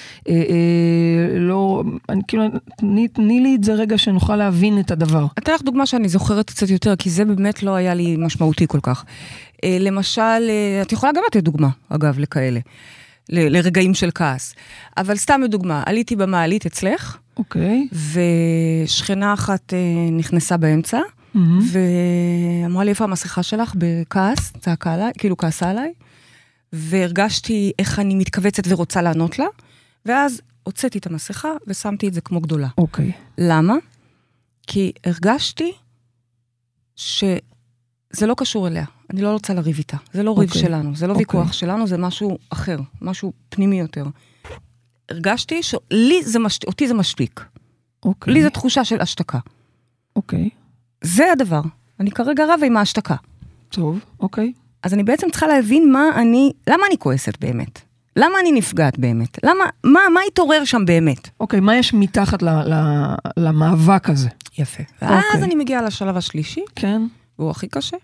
S3: לא, כאילו, תני לי את זה רגע שנוכל להבין את הדבר.
S4: אתן לך דוגמה שאני זוכרת קצת יותר, כי זה באמת לא היה לי משמעותי כל כך. למשל, את יכולה גם לתת דוגמה, אגב, לכאלה, לרגעים של כעס. אבל סתם לדוגמה, עליתי במעלית אצלך,
S3: אוקיי.
S4: ושכנה אחת נכנסה באמצע, ואמרה לי, איפה המסכה שלך בכעס, צעקה עליי, כאילו כעסה עליי, והרגשתי איך אני מתכווצת ורוצה לענות לה, ואז הוצאתי את המסכה ושמתי את זה כמו גדולה.
S3: אוקיי.
S4: למה? כי הרגשתי שזה לא קשור אליה, אני לא רוצה לריב איתה, זה לא ריב שלנו, זה לא ויכוח שלנו, זה משהו אחר, משהו פנימי יותר. הרגשתי אותי זה משתיק.
S3: אוקיי.
S4: לי זה תחושה של השתקה.
S3: אוקיי. זה
S4: הדבר. אני כרגע רבה עם ההשתקה.
S3: טוב, אוקיי.
S4: אז אני בעצם צריכה להבין למה אני כועסת באמת? למה אני נפגעת באמת? מה התעורר שם באמת?
S3: אוקיי, מה יש מתחת למאבק הזה?
S4: יפה. ואז אני מגיעה לשלב השלישי.
S3: כן.
S4: והוא הכי קשה.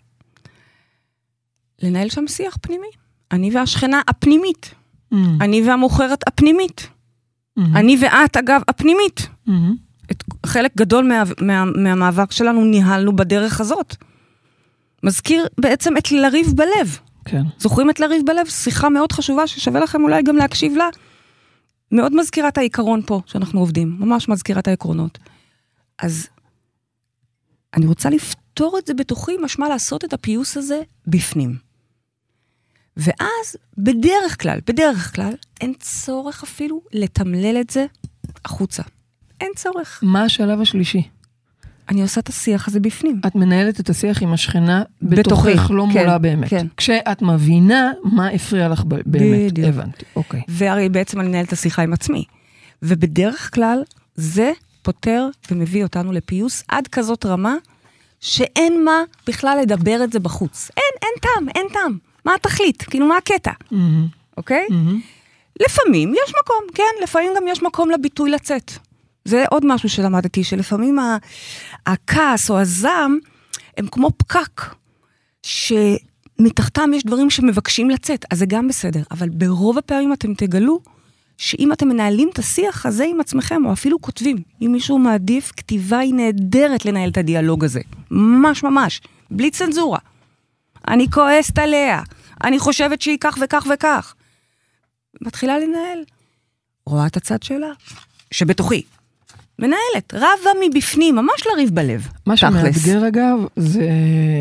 S4: לנהל שם שיח פנימי. אני והשכנה הפנימית. אני והמוכרת הפנימית. אני ואת, אגב, הפנימית. חלק גדול מהמאבק שלנו ניהלנו בדרך הזאת. מזכיר בעצם את לריב בלב.
S3: כן.
S4: זוכרים את לריב בלב? שיחה מאוד חשובה ששווה לכם אולי גם להקשיב לה. מאוד מזכירה את העיקרון פה שאנחנו עובדים. ממש מזכירה את העקרונות. אז אני רוצה לפתור את זה בתוכי, משמע לעשות את הפיוס הזה בפנים. ואז בדרך כלל, אין צורך אפילו לתמלל את זה החוצה. אין צורך.
S3: מה השלב השלישי?
S4: אני עושה את השיח הזה בפנים.
S3: את מנהלת את השיח עם השכנה בתוכך, לא מולה באמת.
S4: כן.
S3: כשאת מבינה מה הפריע לך באמת. הבנתי, אוקיי.
S4: והרי בעצם אני מנהלת את השיחה עם עצמי. ובדרך כלל זה פותר ומביא אותנו לפיוס עד כזאת רמה, שאין מה בכלל לדבר את זה בחוץ. אין טעם. מה התכלית? כאילו, מה הקטע? אוקיי? לפעמים יש מקום, כן? לפעמים גם יש מקום לביטוי לצאת. זה עוד משהו שלמדתי, שלפעמים הכעס או הזעם, הם כמו פקק, שמתחתם יש דברים שמבקשים לצאת, אז זה גם בסדר. אבל ברוב הפעמים אתם תגלו, שאם אתם מנהלים את השיח הזה עם עצמכם, או אפילו כותבים, אם מישהו מעדיף, כתיבה היא נהדרת לנהל את הדיאלוג הזה. ממש. בלי צנזורה. אני כועסת עליה. אני חושבת שהיא כך וכך וכך. מתחילה לנהל. רואה את הצד שלה, שבתוכי. מנהלת, רבה מבפנים, ממש לריב בלב.
S3: מה שמאתגר אגב, זה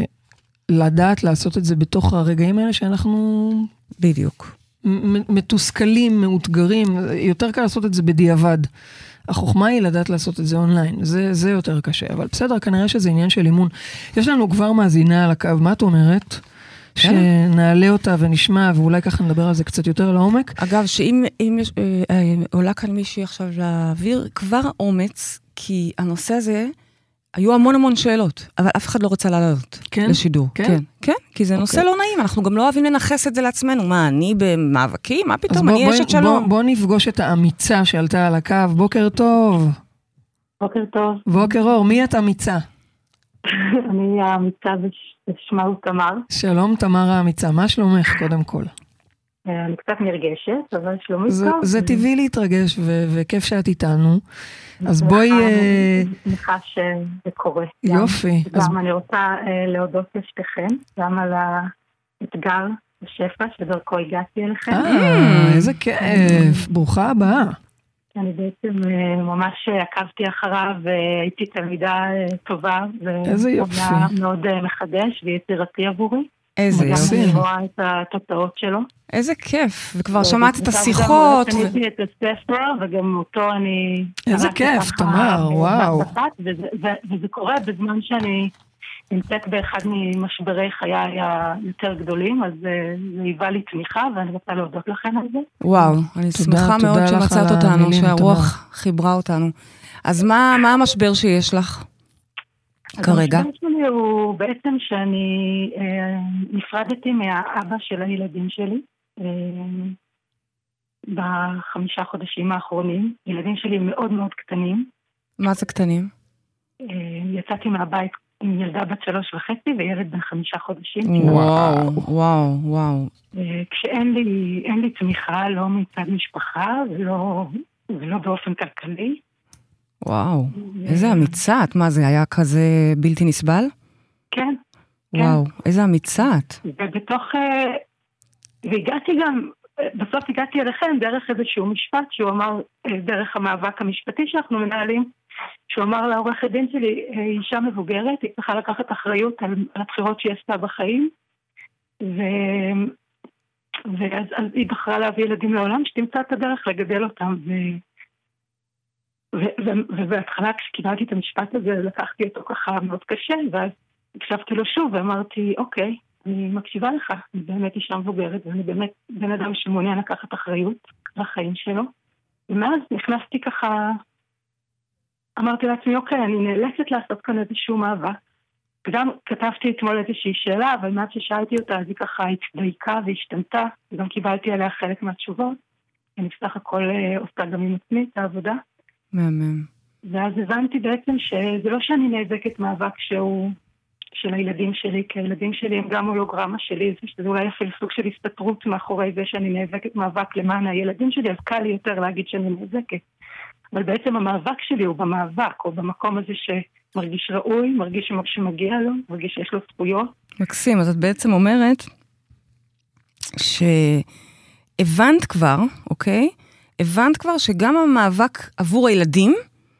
S3: לדעת לעשות את זה בתוך הרגעים האלה שאנחנו...
S4: בדיוק.
S3: מתוסכלים, מאותגרים, יותר קל לעשות את זה בדיעבד. החוכמה היא לדעת לעשות את זה אונליין, זה יותר קשה, אבל בסדר, כנראה שזה עניין של אימון. יש לנו כבר מאזינה על הקו, מה את אומרת? שנעלה אותה ונשמע, ואולי ככה נדבר על זה קצת יותר לעומק.
S4: אגב, שאם עולה כאן מישהי עכשיו להעביר, כבר אומץ, כי הנושא הזה, היו המון שאלות, אבל אף אחד לא רוצה לעלות לשידור. כן, כי זה נושא לא נעים, אנחנו גם לא אוהבים לנחס את זה לעצמנו. מה, אני במאבקים? מה פתאום? אני אשת שלום.
S3: בוא נפגוש את האמיצה שעלתה על הקו. בוקר טוב.
S2: בוקר טוב.
S3: בוקר אור, מי את אמיצה?
S2: אני האמיצה ושמה הוא תמר.
S3: שלום תמר האמיצה, מה שלומך קודם כל?
S2: אני קצת נרגשת, אבל שלומי טוב.
S3: זה טבעי להתרגש וכיף שאת איתנו. אז בואי...
S2: שמחה שזה קורה.
S3: יופי.
S2: גם אני רוצה להודות לשתיכם, גם על האתגר השפע שדרכו הגעתי אליכם.
S3: איזה כיף, ברוכה הבאה.
S2: אני בעצם ממש עקבתי אחריו, והייתי תלמידה טובה,
S3: איזה יופי.
S2: מאוד מחדש ויצירתי עבורי.
S4: איזה יופי.
S2: אני רואה את התוצאות שלו.
S4: איזה כיף, וכבר שמעת את השיחות.
S2: אני קניתי את הספר, וגם אותו אני...
S3: איזה כיף, תמר, וואו.
S2: וזה קורה בזמן שאני נמצאת באחד ממשברי חיי היותר גדולים, אז זה היווה לי תמיכה, ואני רוצה להודות לכם על זה.
S4: וואו, אני שמחה מאוד שמצאת אותנו, שהרוח חיברה אותנו. אז מה המשבר שיש לך כרגע?
S2: המשבר שלי הוא בעצם שאני נפרדתי מהאבא של הילדים שלי, ב5 חודשים האחרונים. ילדים שלי מאוד מאוד קטנים.
S4: מה זה קטנים?
S2: יצאתי מהבית עם ילדה בת 3.5 וילד בן 5 חודשים.
S4: וואו.
S2: כשאין לי תמיכה, לא מצד משפחה, ולא באופן כלכלי.
S4: וואו, איזה אמיצת. מה זה היה כזה בלתי נסבל?
S2: כן.
S4: וואו, איזה אמיצת.
S2: והגעתי גם, בסוף הגעתי אליכם דרך איזשהו משפט שהוא אמר, דרך המאבק המשפטי שאנחנו מנהלים, שהוא אמר לעורך הדין שלי, היא אישה מבוגרת, היא צריכה לקחת אחריות על הבחירות שהיא עשתה בחיים, ואז היא בחרה להביא ילדים לעולם, שתמצא את הדרך לגדל אותם, ובהתחלה כשקיבלתי את המשפט הזה, לקחתי אותו ככה מאוד קשה, ואז הקשבתי לו שוב ואמרתי, אוקיי, אני מקשיבה לך, אני באמת אישה מבוגרת, ואני באמת בן אדם שמעוניין לקחת אחריות לחיים שלו, ומאז נכנסתי ככה, אמרתי לעצמי, אוקיי, אני נאלצת לעשות כאן איזשהו מאבק. גם כתבתי אתמול איזושהי שאלה, אבל מאז ששאלתי אותה, אז היא ככה הצדייקה והשתנתה, וגם קיבלתי עליה חלק מהתשובות. אני בסך הכל עושה גם עם עצמי את העבודה.
S4: מהמם.
S2: ואז הבנתי בעצם שזה לא שאני נאבקת מאבק שהוא של הילדים שלי, כי הילדים שלי הם גם הולוגרמה שלי, שזה אולי אפילו סוג של הסתתרות מאחורי זה שאני נאבקת מאבק למען הילדים שלי, אז קל לי יותר להגיד שאני נאבקת. אבל בעצם המאבק שלי הוא במאבק, או במקום הזה שמרגיש ראוי, מרגיש שמגיע לו, מרגיש שיש לו זכויות.
S4: מקסים, אז את בעצם אומרת שהבנת כבר, אוקיי? הבנת כבר שגם המאבק עבור הילדים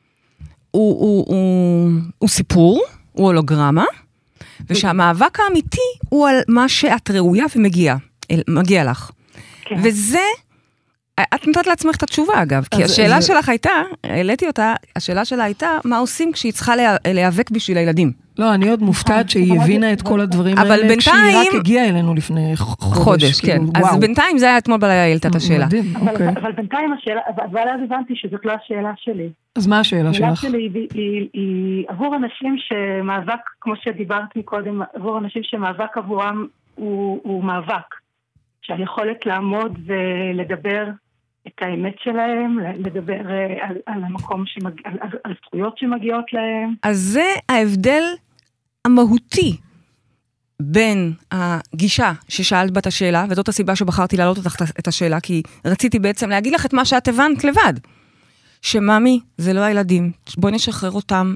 S4: הוא סיפור, הוא הולוגרמה, ושהמאבק האמיתי הוא על מה שאת ראויה ומגיע לך. כן. וזה את נתת לעצמך את התשובה, אגב, כי השאלה שלך הייתה, העליתי אותה, השאלה שלה הייתה, מה עושים כשהיא צריכה להיאבק בשביל הילדים?
S3: לא, אני עוד מופתעת שהיא הבינה את כל הדברים האלה, כשהיא רק הגיעה אלינו לפני חודש.
S4: כן. אז בינתיים זה היה אתמול בלילה, העלתה את השאלה.
S3: מדהים, אוקיי.
S2: אבל בינתיים השאלה, אבל אז הבנתי שזאת לא השאלה שלי.
S3: אז מה השאלה שלך?
S2: השאלה שלי היא עבור אנשים שמאבק, כמו שדיברת מקודם, עבור אנשים שמאבק עבורם הוא מאבק. שהיכולת לעמוד ולדבר את האמת שלהם, לדבר על המקום, על זכויות שמגיעות להם.
S4: אז זה ההבדל המהותי בין הגישה ששאלת בת השאלה, וזאת הסיבה שבחרתי להעלות אותך את השאלה, כי רציתי בעצם להגיד לך את מה שאת הבנת לבד. שממי, זה לא הילדים. בואי נשחרר אותם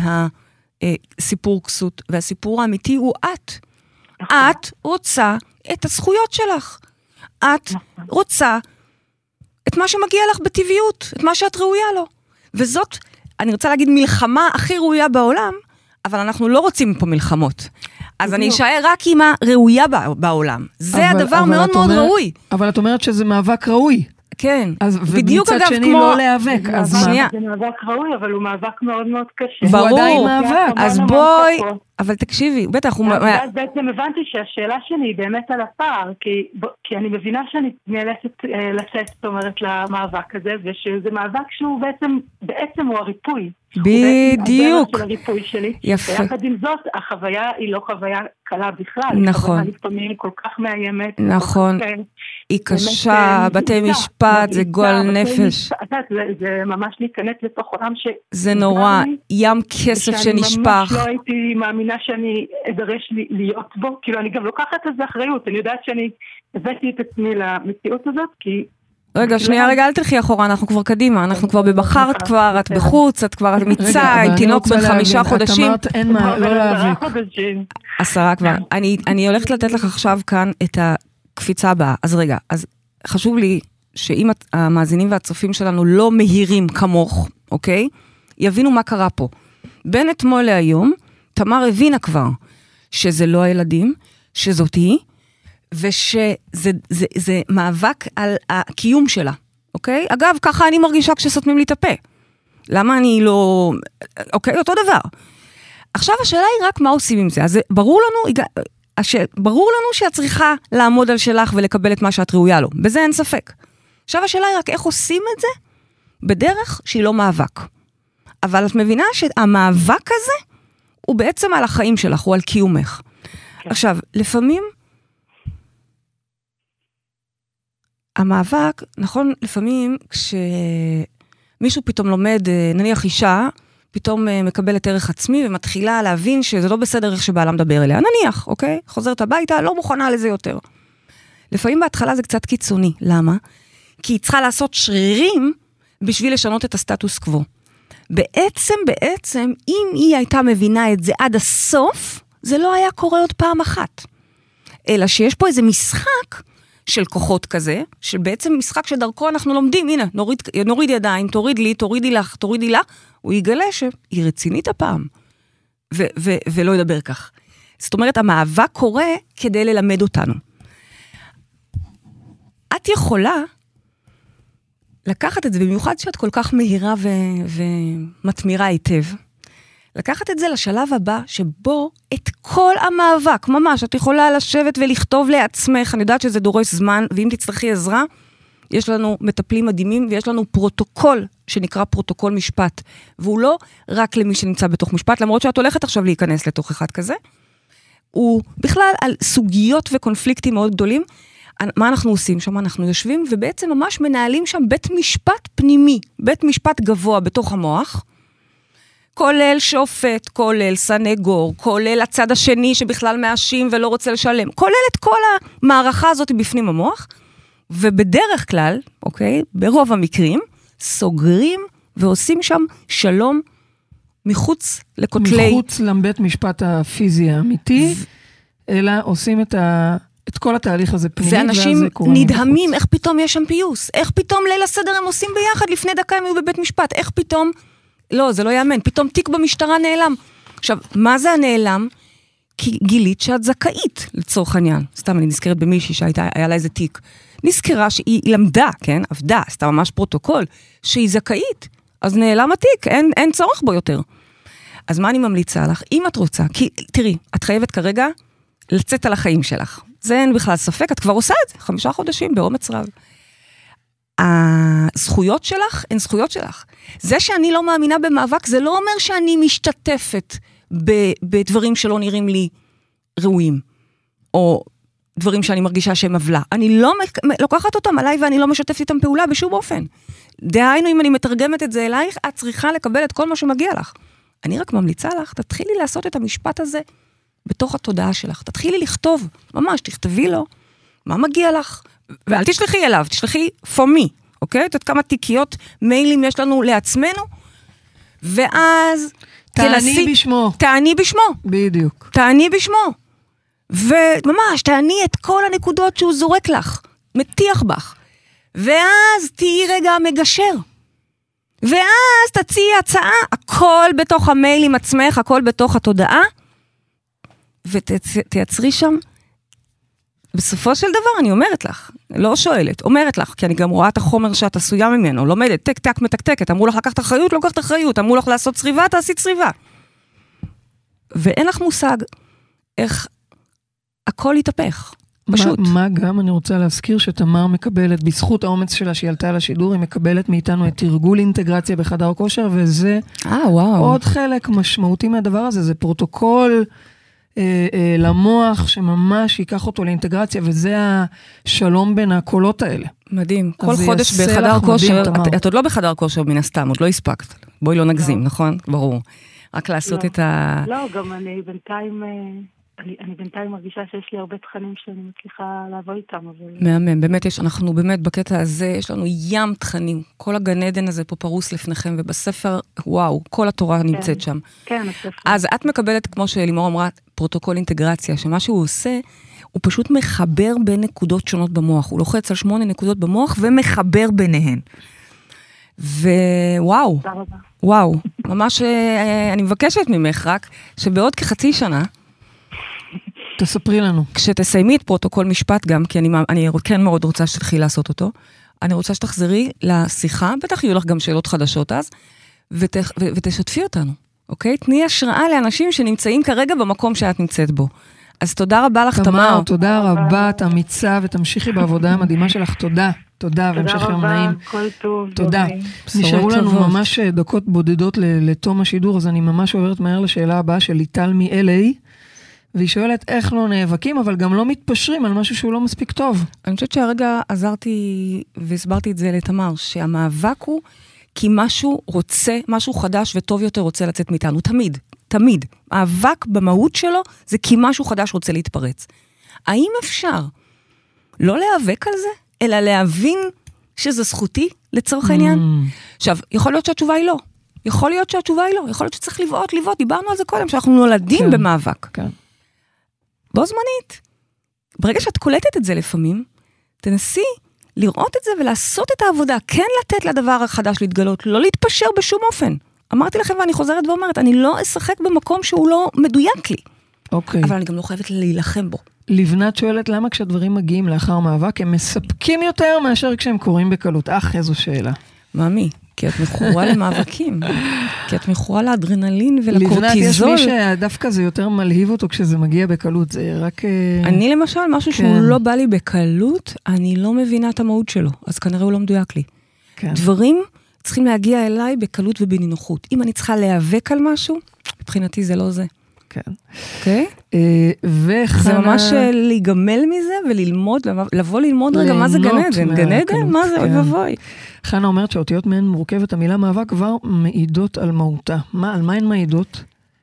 S4: מהסיפור כסות, והסיפור האמיתי הוא את. את רוצה את הזכויות שלך. את רוצה את מה שמגיע לך בטבעיות, את מה שאת ראויה לו. וזאת, אני רוצה להגיד, מלחמה הכי ראויה בעולם, אבל אנחנו לא רוצים פה מלחמות. אז אני אשאר רק עם הראויה בעולם. זה הדבר מאוד מאוד ראוי.
S3: אבל את אומרת שזה מאבק ראוי.
S4: כן.
S3: בדיוק אגב כמו... לא להיאבק. אז
S2: שנייה. זה מאבק ראוי, אבל הוא מאבק מאוד מאוד קשה.
S4: ברור. אז בואי, אבל תקשיבי, בטח הוא...
S2: אז בעצם הבנתי שהשאלה שלי היא באמת על הפער, כי אני מבינה שאני נאלצת לצאת, זאת אומרת, למאבק הזה, ושזה מאבק שהוא בעצם הוא הריפוי.
S4: בדיוק.
S2: של הריפוי שלי.
S4: יפה.
S2: ויחד עם זאת, החוויה היא לא חוויה קלה בכלל.
S4: נכון.
S2: היא לפעמים כל כך מאיימת.
S4: נכון. היא קשה, בתי משפט, זה גועל נפש.
S2: זה ממש להיכנס לתוך עולם ש...
S4: זה נורא, ים כסף שנשפך.
S2: שאני ממש לא הייתי מאמינה שאני אדרש להיות בו. כאילו, אני גם לוקחת את זה אחריות. אני יודעת שאני הבאתי את עצמי למציאות הזאת, כי...
S4: רגע, שנייה, אל תלכי אחורה, אנחנו כבר קדימה, אנחנו כבר בבחרת כבר, את בחוץ, את כבר אמיצה, עם תינוק בן 5 חודשים.
S3: את אמרת, אין מה, לא להיאבק.
S4: 10 כבר. אני הולכת לתת לך עכשיו כאן את הקפיצה הבאה. אז רגע, אז חשוב לי שאם המאזינים והצופים שלנו לא מהירים כמוך, אוקיי? יבינו מה קרה פה. בין אתמול להיום, תמר הבינה כבר שזה לא הילדים, שזאת היא, ושזה מאבק על הקיום שלה, אוקיי? אגב, ככה אני מרגישה כשסותמים לי את הפה. למה אני לא... אוקיי, אותו דבר. עכשיו השאלה היא רק מה עושים עם זה. אז ברור לנו שאת צריכה לעמוד על שלך ולקבל את מה שאת ראויה לו. בזה אין ספק. עכשיו השאלה היא רק איך עושים את זה בדרך שהיא לא מאבק. אבל את מבינה שהמאבק הזה הוא בעצם על החיים שלך, הוא על קיומך. כן. עכשיו, לפעמים המאבק, נכון, לפעמים כשמישהו פתאום לומד, נניח אישה, פתאום מקבלת ערך עצמי ומתחילה להבין שזה לא בסדר איך שבעלה מדבר אליה. נניח, אוקיי? חוזרת הביתה, לא מוכנה לזה יותר. לפעמים בהתחלה זה קצת קיצוני. למה? כי היא צריכה לעשות שרירים בשביל לשנות את הסטטוס קוו. בעצם, אם היא הייתה מבינה את זה עד הסוף, זה לא היה קורה עוד פעם אחת. אלא שיש פה איזה משחק של כוחות כזה, שבעצם משחק שדרכו אנחנו לומדים, הנה, נוריד ידיים, תורידי לך, הוא יגלה שהיא רצינית הפעם, ולא ידבר כך. זאת אומרת, המאבק קורה כדי ללמד אותנו. את יכולה לקחת את זה, במיוחד שאת כל כך מהירה ומתמירה היטב, לקחת את זה לשלב הבא, שבו את כל המאבק, ממש, את יכולה לשבת ולכתוב לעצמך, אני יודעת שזה דורש זמן, ואם תצטרכי עזרה, יש לנו מטפלים מדהימים, ויש לנו פרוטוקול, שנקרא פרוטוקול משפט, והוא לא רק למי שנמצא בתוך משפט, למרות שאת הולכת עכשיו להיכנס לתוך אחד כזה, הוא בכלל על סוגיות וקונפליקטים מאוד גדולים, מה אנחנו עושים שם? אנחנו יושבים, ובעצם ממש מנהלים שם בית משפט פנימי, בית משפט גבוה בתוך המוח, כולל שופט, כולל סנגור, כולל הצד השני שבכלל מאשים ולא רוצה לשלם, כולל את כל המערכה הזאת בפנים המוח, ובדרך כלל, אוקיי, ברוב המקרים, סוגרים ועושים שם שלום מחוץ לכותלי...
S3: מחוץ לבית משפט הפיזי האמיתי, אלא עושים את כל התהליך הזה פנימי,
S4: ואנשים נדהמים, איך פתאום יש שם פיוס, איך פתאום ליל הסדר הם עושים ביחד, לפני דקה הם היו בבית משפט, איך פתאום... לא, זה לא יאמן. פתאום תיק במשטרה נעלם. עכשיו, מה זה הנעלם? כי גילית שאת זכאית לצורך העניין. סתם אני נזכרת במישהי שהיה לה איזה תיק. נזכרה שהיא למדה, כן? עבדה, עשתה ממש פרוטוקול, שהיא זכאית. אז נעלם התיק, אין צורך בו יותר. אז מה אני ממליצה לך? אם את רוצה, כי תראי, את חייבת כרגע לצאת על החיים שלך. זה אין בכלל ספק, את כבר עושה את זה, 5 חודשים באומץ רב. הזכויות שלך הן זכויות שלך. זה שאני לא מאמינה במאבק, זה לא אומר שאני משתתפת בדברים שלא נראים לי ראויים, או דברים שאני מרגישה שהם עוולה. אני לא לוקחת אותם עליי ואני לא משתפת איתם פעולה בשום אופן. דהיינו, אם אני מתרגמת את זה אלייך, את צריכה לקבל את כל מה שמגיע לך. אני רק ממליצה לך, תתחילי לעשות את המשפט הזה בתוך התודעה שלך. תתחילי לכתוב, ממש, תכתבי לו, מה מגיע לך? ואל תשלחי אליו, תשלחי for me, אוקיי? את יודעת כמה תיקיות מיילים יש לנו לעצמנו, ואז
S3: תעני בשמו.
S4: תעני בשמו.
S3: בדיוק.
S4: תעני בשמו. וממש, תעני את כל הנקודות שהוא זורק לך, מטיח בך. ואז תהיי רגע מגשר. ואז תציעי הצעה, הכל בתוך המייל עם עצמך, הכל בתוך התודעה, ותייצרי שם, בסופו של דבר אני אומרת לך, לא שואלת, אומרת לך, כי אני גם רואה את החומר שאת עשויה ממנו, לומדת, טק טק מתקתקת, אמרו לך לקחת אחריות, לא לקחת אחריות, אמרו לך לעשות צריבה, תעשי צריבה. ואין לך מושג איך הכל יתהפך. פשוט.
S3: מה גם אני רוצה להזכיר שתמר מקבלת, בזכות האומץ שלה שהיא עלתה לשידור, היא מקבלת מאיתנו את תרגול אינטגרציה בחדר כושר, וזה עוד חלק משמעותי מהדבר הזה, זה פרוטוקול למוח שממש ייקח אותו לאינטגרציה, וזה השלום בין הקולות האלה.
S4: מדהים. כל חודש בחדר כושר, את עוד לא בחדר כושר מן הסתם, עוד לא הספקת. בואי לא נגזים, נכון? ברור. רק לעשות את ה...
S2: לא, גם אני בינתיים מרגישה שיש לי הרבה תכנים שאני מצליחה לעבוד איתם.
S4: מהמם, באמת אנחנו באמת בקטע הזה, יש לנו ים תכנים, כל הגן עדן הזה פה פרוס לפניכם, ובספר, וואו, כל התורה נמצאת שם.
S2: כן, הספר.
S4: אז את מקבלת, כמו שלימור אמרה, פרוטוקול אינטגרציה, שמה שהוא עושה, הוא פשוט מחבר בין נקודות שונות במוח, הוא לוחץ על 8 נקודות במוח, ומחבר ביניהן. ווואו, וואו, ממש אני מבקשת ממך רק, שבעוד כחצי שנה,
S3: תספרי לנו.
S4: כשתסיימי את פרוטוקול משפט גם, כי אני כן מאוד רוצה שתתחילי לעשות אותו, אני רוצה שתחזרי לשיחה, בטח יהיו לך גם שאלות חדשות אז, ותשתפי אותנו, אוקיי? תני השראה לאנשים שנמצאים כרגע במקום שאת נמצאת בו. אז תודה רבה לך, תמר.
S3: תודה רבה, את אמיצה, ותמשיכי בעבודה המדהימה שלך. תודה, והמשך יום נעים.
S2: כל טוב.
S3: תודה. נשארו לנו ממש דקות בודדות לתום השידור, אז אני ממש עוברת מהר לשאלה הבאה של ליטל מ-LA, והיא שואלת איך לא נאבקים, אבל גם לא מתפשרים על משהו שהוא לא מספיק טוב.
S4: אני חושבת שהרגע עזרתי והסברתי את זה לתמר, שהמאבק הוא כי משהו רוצה, משהו חדש וטוב יותר רוצה לצאת מאיתנו. תמיד. מאבק במהות שלו זה כי משהו חדש רוצה להתפרץ. האם אפשר לא להיאבק על זה, אלא להבין שזה זכותי לצורך העניין? עכשיו, יכול להיות שהתשובה היא לא. יכול להיות שצריך לבעוט. דיברנו על זה קודם, שאנחנו נולדים במאבק.
S3: כן.
S4: בו זמנית. ברגע שאת קולטת את זה לפעמים, תנסי לראות את זה ולעשות את העבודה, כן לתת לדבר החדש להתגלות, לא להתפשר בשום אופן. אמרתי לכם ואני חוזרת ואומרת, אני לא אשחק במקום שהוא לא מדויק לי.
S3: אוקיי.
S4: אבל אני גם לא חייבת להילחם בו.
S3: לבנת שואלת למה כשהדברים מגיעים לאחר מאבק, הם מספקים יותר מאשר כשהם קורים בקלות. איזו שאלה.
S4: מאמי, כי את מכורה למאבקים. כי את מכורה לאדרנלין ולקורטיזול.
S3: לבנת, יש מי שדווקא זה יותר מלהיב אותו כשזה מגיע בקלות. זה רק...
S4: אני למשל, משהו שהוא לא בא לי בקלות, אני לא מבינה את המהות שלו. אז כנראה הוא לא מדויק לי. דברים צריכים להגיע אליי בקלות ובנינוחות. אם אני צריכה להיאבק על משהו, מבחינתי זה לא זה.
S3: כן.
S4: אוקיי?
S3: וחנה...
S4: זה ממש להיגמל מזה וללמוד, לבוא ללמוד רגע מה זה גן עדן. גן עדן? מה זה? אוי ובוי.
S3: חנה אומרת שהאותיות מהן מורכבת, המילה מאבק כבר מעידות על מהותה. על מה הן מעידות?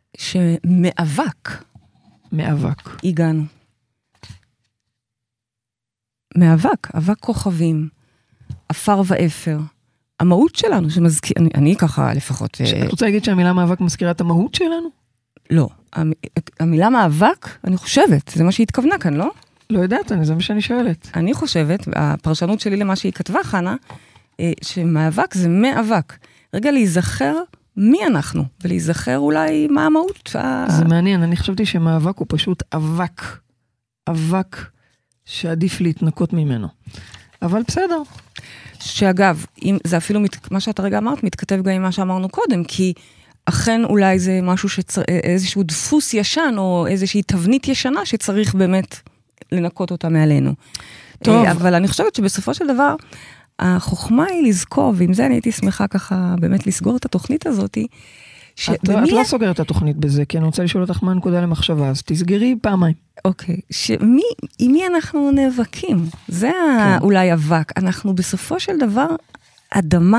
S4: שמאבק. הגענו. מאבק, אבק כוכבים, אפר ואפר. המהות שלנו שמזכיר, אני ככה לפחות...
S3: את רוצה להגיד שהמילה מאבק מזכירה את המהות שלנו?
S4: לא. המילה מאבק, אני חושבת, זה מה שהיא התכוונה כאן, לא?
S3: לא יודעת, זה מה שאני שואלת.
S4: אני חושבת, הפרשנות שלי למה שהיא כתבה, חנה, שמאבק זה מאבק. רגע להיזכר מי אנחנו, ולהיזכר אולי מה המהות.
S3: זה מעניין, אני חשבתי שמאבק הוא פשוט אבק שעדיף להתנקות ממנו. אבל בסדר.
S4: שאגב, זה אפילו, מה שאתה רגע אמרת, מתכתב גם עם מה שאמרנו קודם, כי אכן אולי זה משהו איזשהו דפוס ישן, או איזושהי תבנית ישנה, שצריך באמת לנקות אותה מעלינו. טוב. אבל אני חושבת שבסופו של דבר, החוכמה היא לזכור, ועם זה אני הייתי שמחה ככה באמת לסגור את התוכנית הזאת,
S3: את לא סוגרת את התוכנית בזה, כי אני רוצה לשאול אותך מה הנקודה למחשבה, אז תסגרי פעמיים.
S4: אוקיי, עם מי אנחנו נאבקים? זה אולי אבק. אנחנו בסופו של דבר אדמה,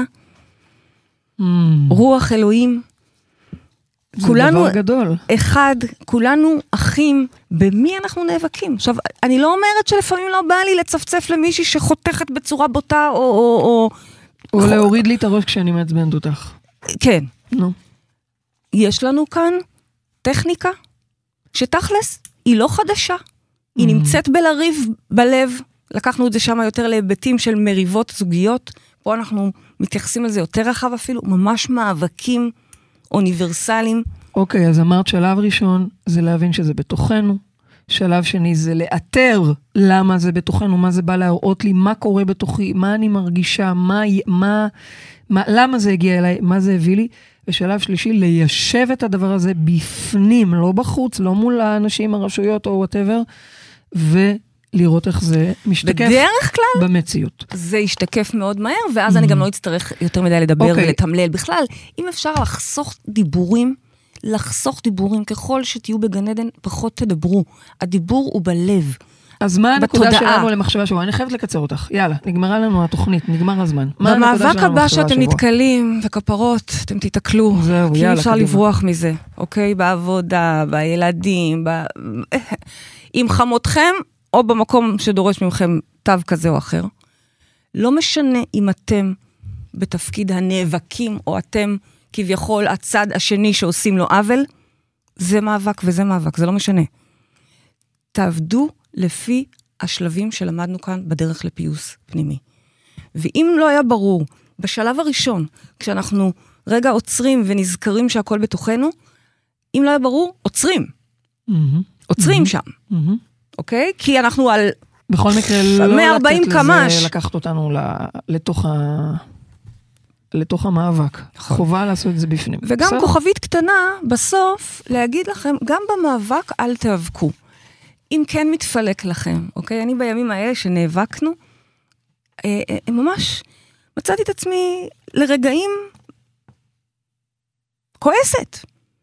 S4: רוח אלוהים, כולנו גדול. אחד, כולנו אחים, במי אנחנו נאבקים? עכשיו, אני לא אומרת שלפעמים לא בא לי לצפצף למישהי שחותכת בצורה בוטה, או
S3: להוריד לי את הראש כשאני מעצבנת אותך.
S4: כן.
S3: נו.
S4: יש לנו כאן טכניקה, שתכלס היא לא חדשה. היא נמצאת בלריב בלב, לקחנו את זה שם יותר להיבטים של מריבות זוגיות, פה אנחנו מתייחסים לזה יותר רחב אפילו, ממש מאבקים אוניברסליים.
S3: אוקיי, אז אמרת שלב ראשון זה להבין שזה בתוכנו, שלב שני זה לאתר למה זה בתוכנו, מה זה בא להראות לי, מה קורה בתוכי, מה אני מרגישה, למה זה הגיע אליי, מה זה הביא לי, ושלב שלישי ליישב את הדבר הזה בפנים, לא בחוץ, לא מול האנשים, הרשויות או whatever, ולראות איך זה משתקף
S4: בדרך כלל,
S3: במציאות.
S4: זה ישתקף מאוד מהר, ואז אני גם לא אצטרך יותר מדי לדבר ולתמלל. בכלל, אם אפשר לחסוך דיבורים, ככל שתהיו בגן עדן, פחות תדברו. הדיבור הוא בלב.
S3: אז מה הנקודה שלנו למחשבה שבוע? אני חייבת לקצר אותך. יאללה, נגמרה לנו התוכנית, נגמר הזמן.
S4: במאבק הבא שאתם נתקלים, וכפרות, אתם תתקלו. זהו, כי אפשר לברוח מזה, אוקיי? בעבודה, בילדים, עם חמותכם, או במקום שדורש ממכם תו כזה או אחר. לא משנה אם אתם בתפקיד הנאבקים, או אתם כביכול הצד השני שעושים לו עוול, זה מאבק וזה מאבק, זה לא משנה. תעבדו לפי השלבים שלמדנו כאן בדרך לפיוס פנימי. ואם לא היה ברור, בשלב הראשון, כשאנחנו רגע עוצרים ונזכרים שהכל בתוכנו, אם לא היה ברור, עוצרים. עוצרים שם. אוקיי? כי אנחנו על
S3: בכל מקרה לא
S4: 140 קמ"ש.
S3: לזה לקחת אותנו לתוך המאבק. חובה לעשות את זה בפנים.
S4: וגם כוכבית קטנה, בסוף, להגיד לכם, גם במאבק אל תאבקו. אם כן מתפלק לכם, אוקיי? אני בימים האלה שנאבקנו, ממש מצאתי את עצמי לרגעים כועסת.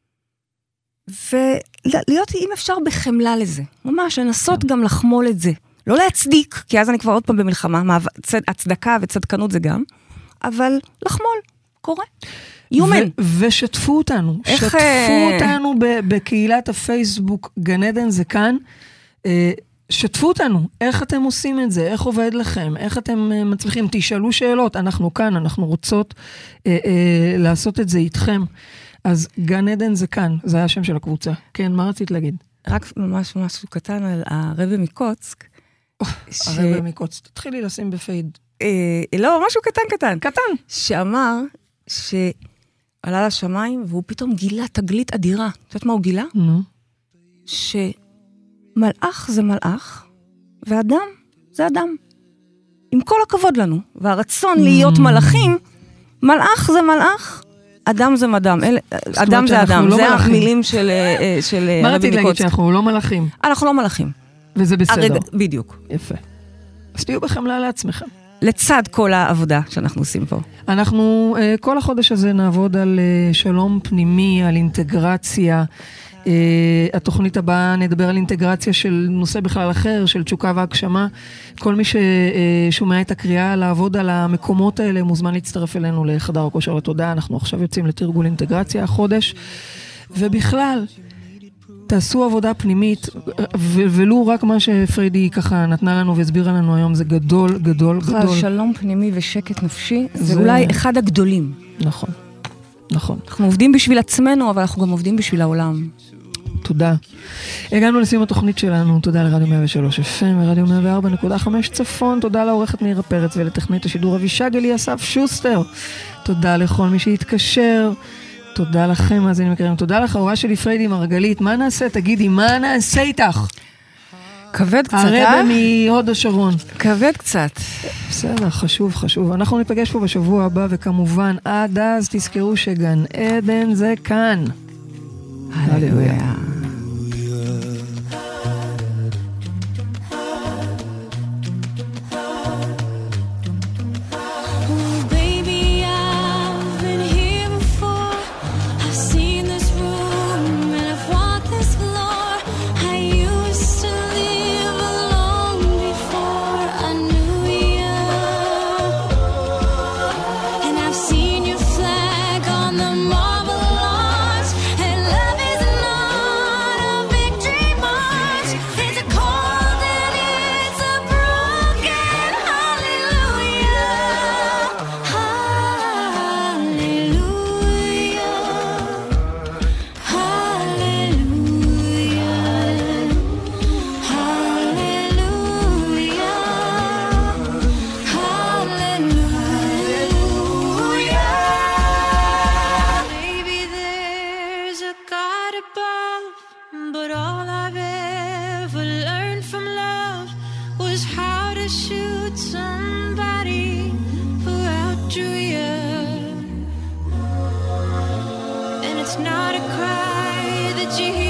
S4: ולהיות, אם אפשר, בחמלה לזה. ממש, לנסות גם לחמול את זה. לא להצדיק, כי אז אני כבר עוד פעם במלחמה, הצדקה וצדקנות זה גם, אבל לחמול, קורה. יומן.
S3: ושתפו אותנו. שתפו אותנו בקהילת הפייסבוק, גן עדן זה כאן. שתפו אותנו. איך אתם עושים את זה? איך עובד לכם? איך אתם מצליחים? תשאלו שאלות. אנחנו כאן, אנחנו רוצות לעשות את זה איתכם. אז גן עדן זה כאן. זה היה השם של הקבוצה. כן, מה רצית להגיד?
S4: רק ממש משהו קטן על הרבי מקוצק.
S3: הרבי מקוצק. תתחילי לשים בפייד.
S4: לא, משהו קטן.
S3: קטן.
S4: שאמר שעלה לשמיים, והוא פתאום גילה תגלית אדירה. את יודעת מה הוא גילה? שמלאך זה מלאך, ואדם זה אדם. עם כל הכבוד לנו, והרצון להיות מלאכים, מלאך זה מלאך, אדם זה אדם. אדם זה אדם. זה המילים של
S3: מה רצית להגיד שאנחנו לא מלאכים?
S4: אנחנו לא מלאכים.
S3: וזה בסדר.
S4: בדיוק.
S3: יפה. אז תהיו בחמלה לעצמכם.
S4: לצד כל העבודה שאנחנו עושים פה.
S3: אנחנו כל החודש הזה נעבוד על שלום פנימי, על אינטגרציה. התוכנית הבאה נדבר על אינטגרציה של נושא בכלל אחר, של תשוקה והגשמה. כל מי ששומע את הקריאה לעבוד על המקומות האלה מוזמן להצטרף אלינו לחדר הכושר לתודעה. אנחנו עכשיו יוצאים לתרגול אינטגרציה החודש. ובכלל, תעשו עבודה פנימית, ולו רק מה שפרידי ככה נתנה לנו והסבירה לנו היום, זה גדול.
S4: שלום פנימי ושקט נפשי, זה אולי אחד הגדולים.
S3: נכון.
S4: אנחנו עובדים בשביל עצמנו, אבל אנחנו גם עובדים בשביל העולם.
S3: תודה. הגענו לסיום התוכנית שלנו, תודה לרדיו 103 FM ורדיו 104.5 צפון, תודה לעורכת מאירה פרץ ולטכנית השידור אבישג אליאסף שוסטר, תודה לכל מי שהתקשר, תודה לכם, מאזינים יקרים. תודה לך, אורה שלי פריידי מרגלית. מה נעשה? תגידי, מה נעשה איתך?
S4: כבד קצת,
S3: הרבה מהוד השרון.
S4: כבד קצת.
S3: בסדר, חשוב, חשוב. אנחנו ניפגש פה בשבוע הבא, וכמובן, עד אז תזכרו שגן עדן זה כאן.
S4: הללויה.
S5: It's not a cry that you hear.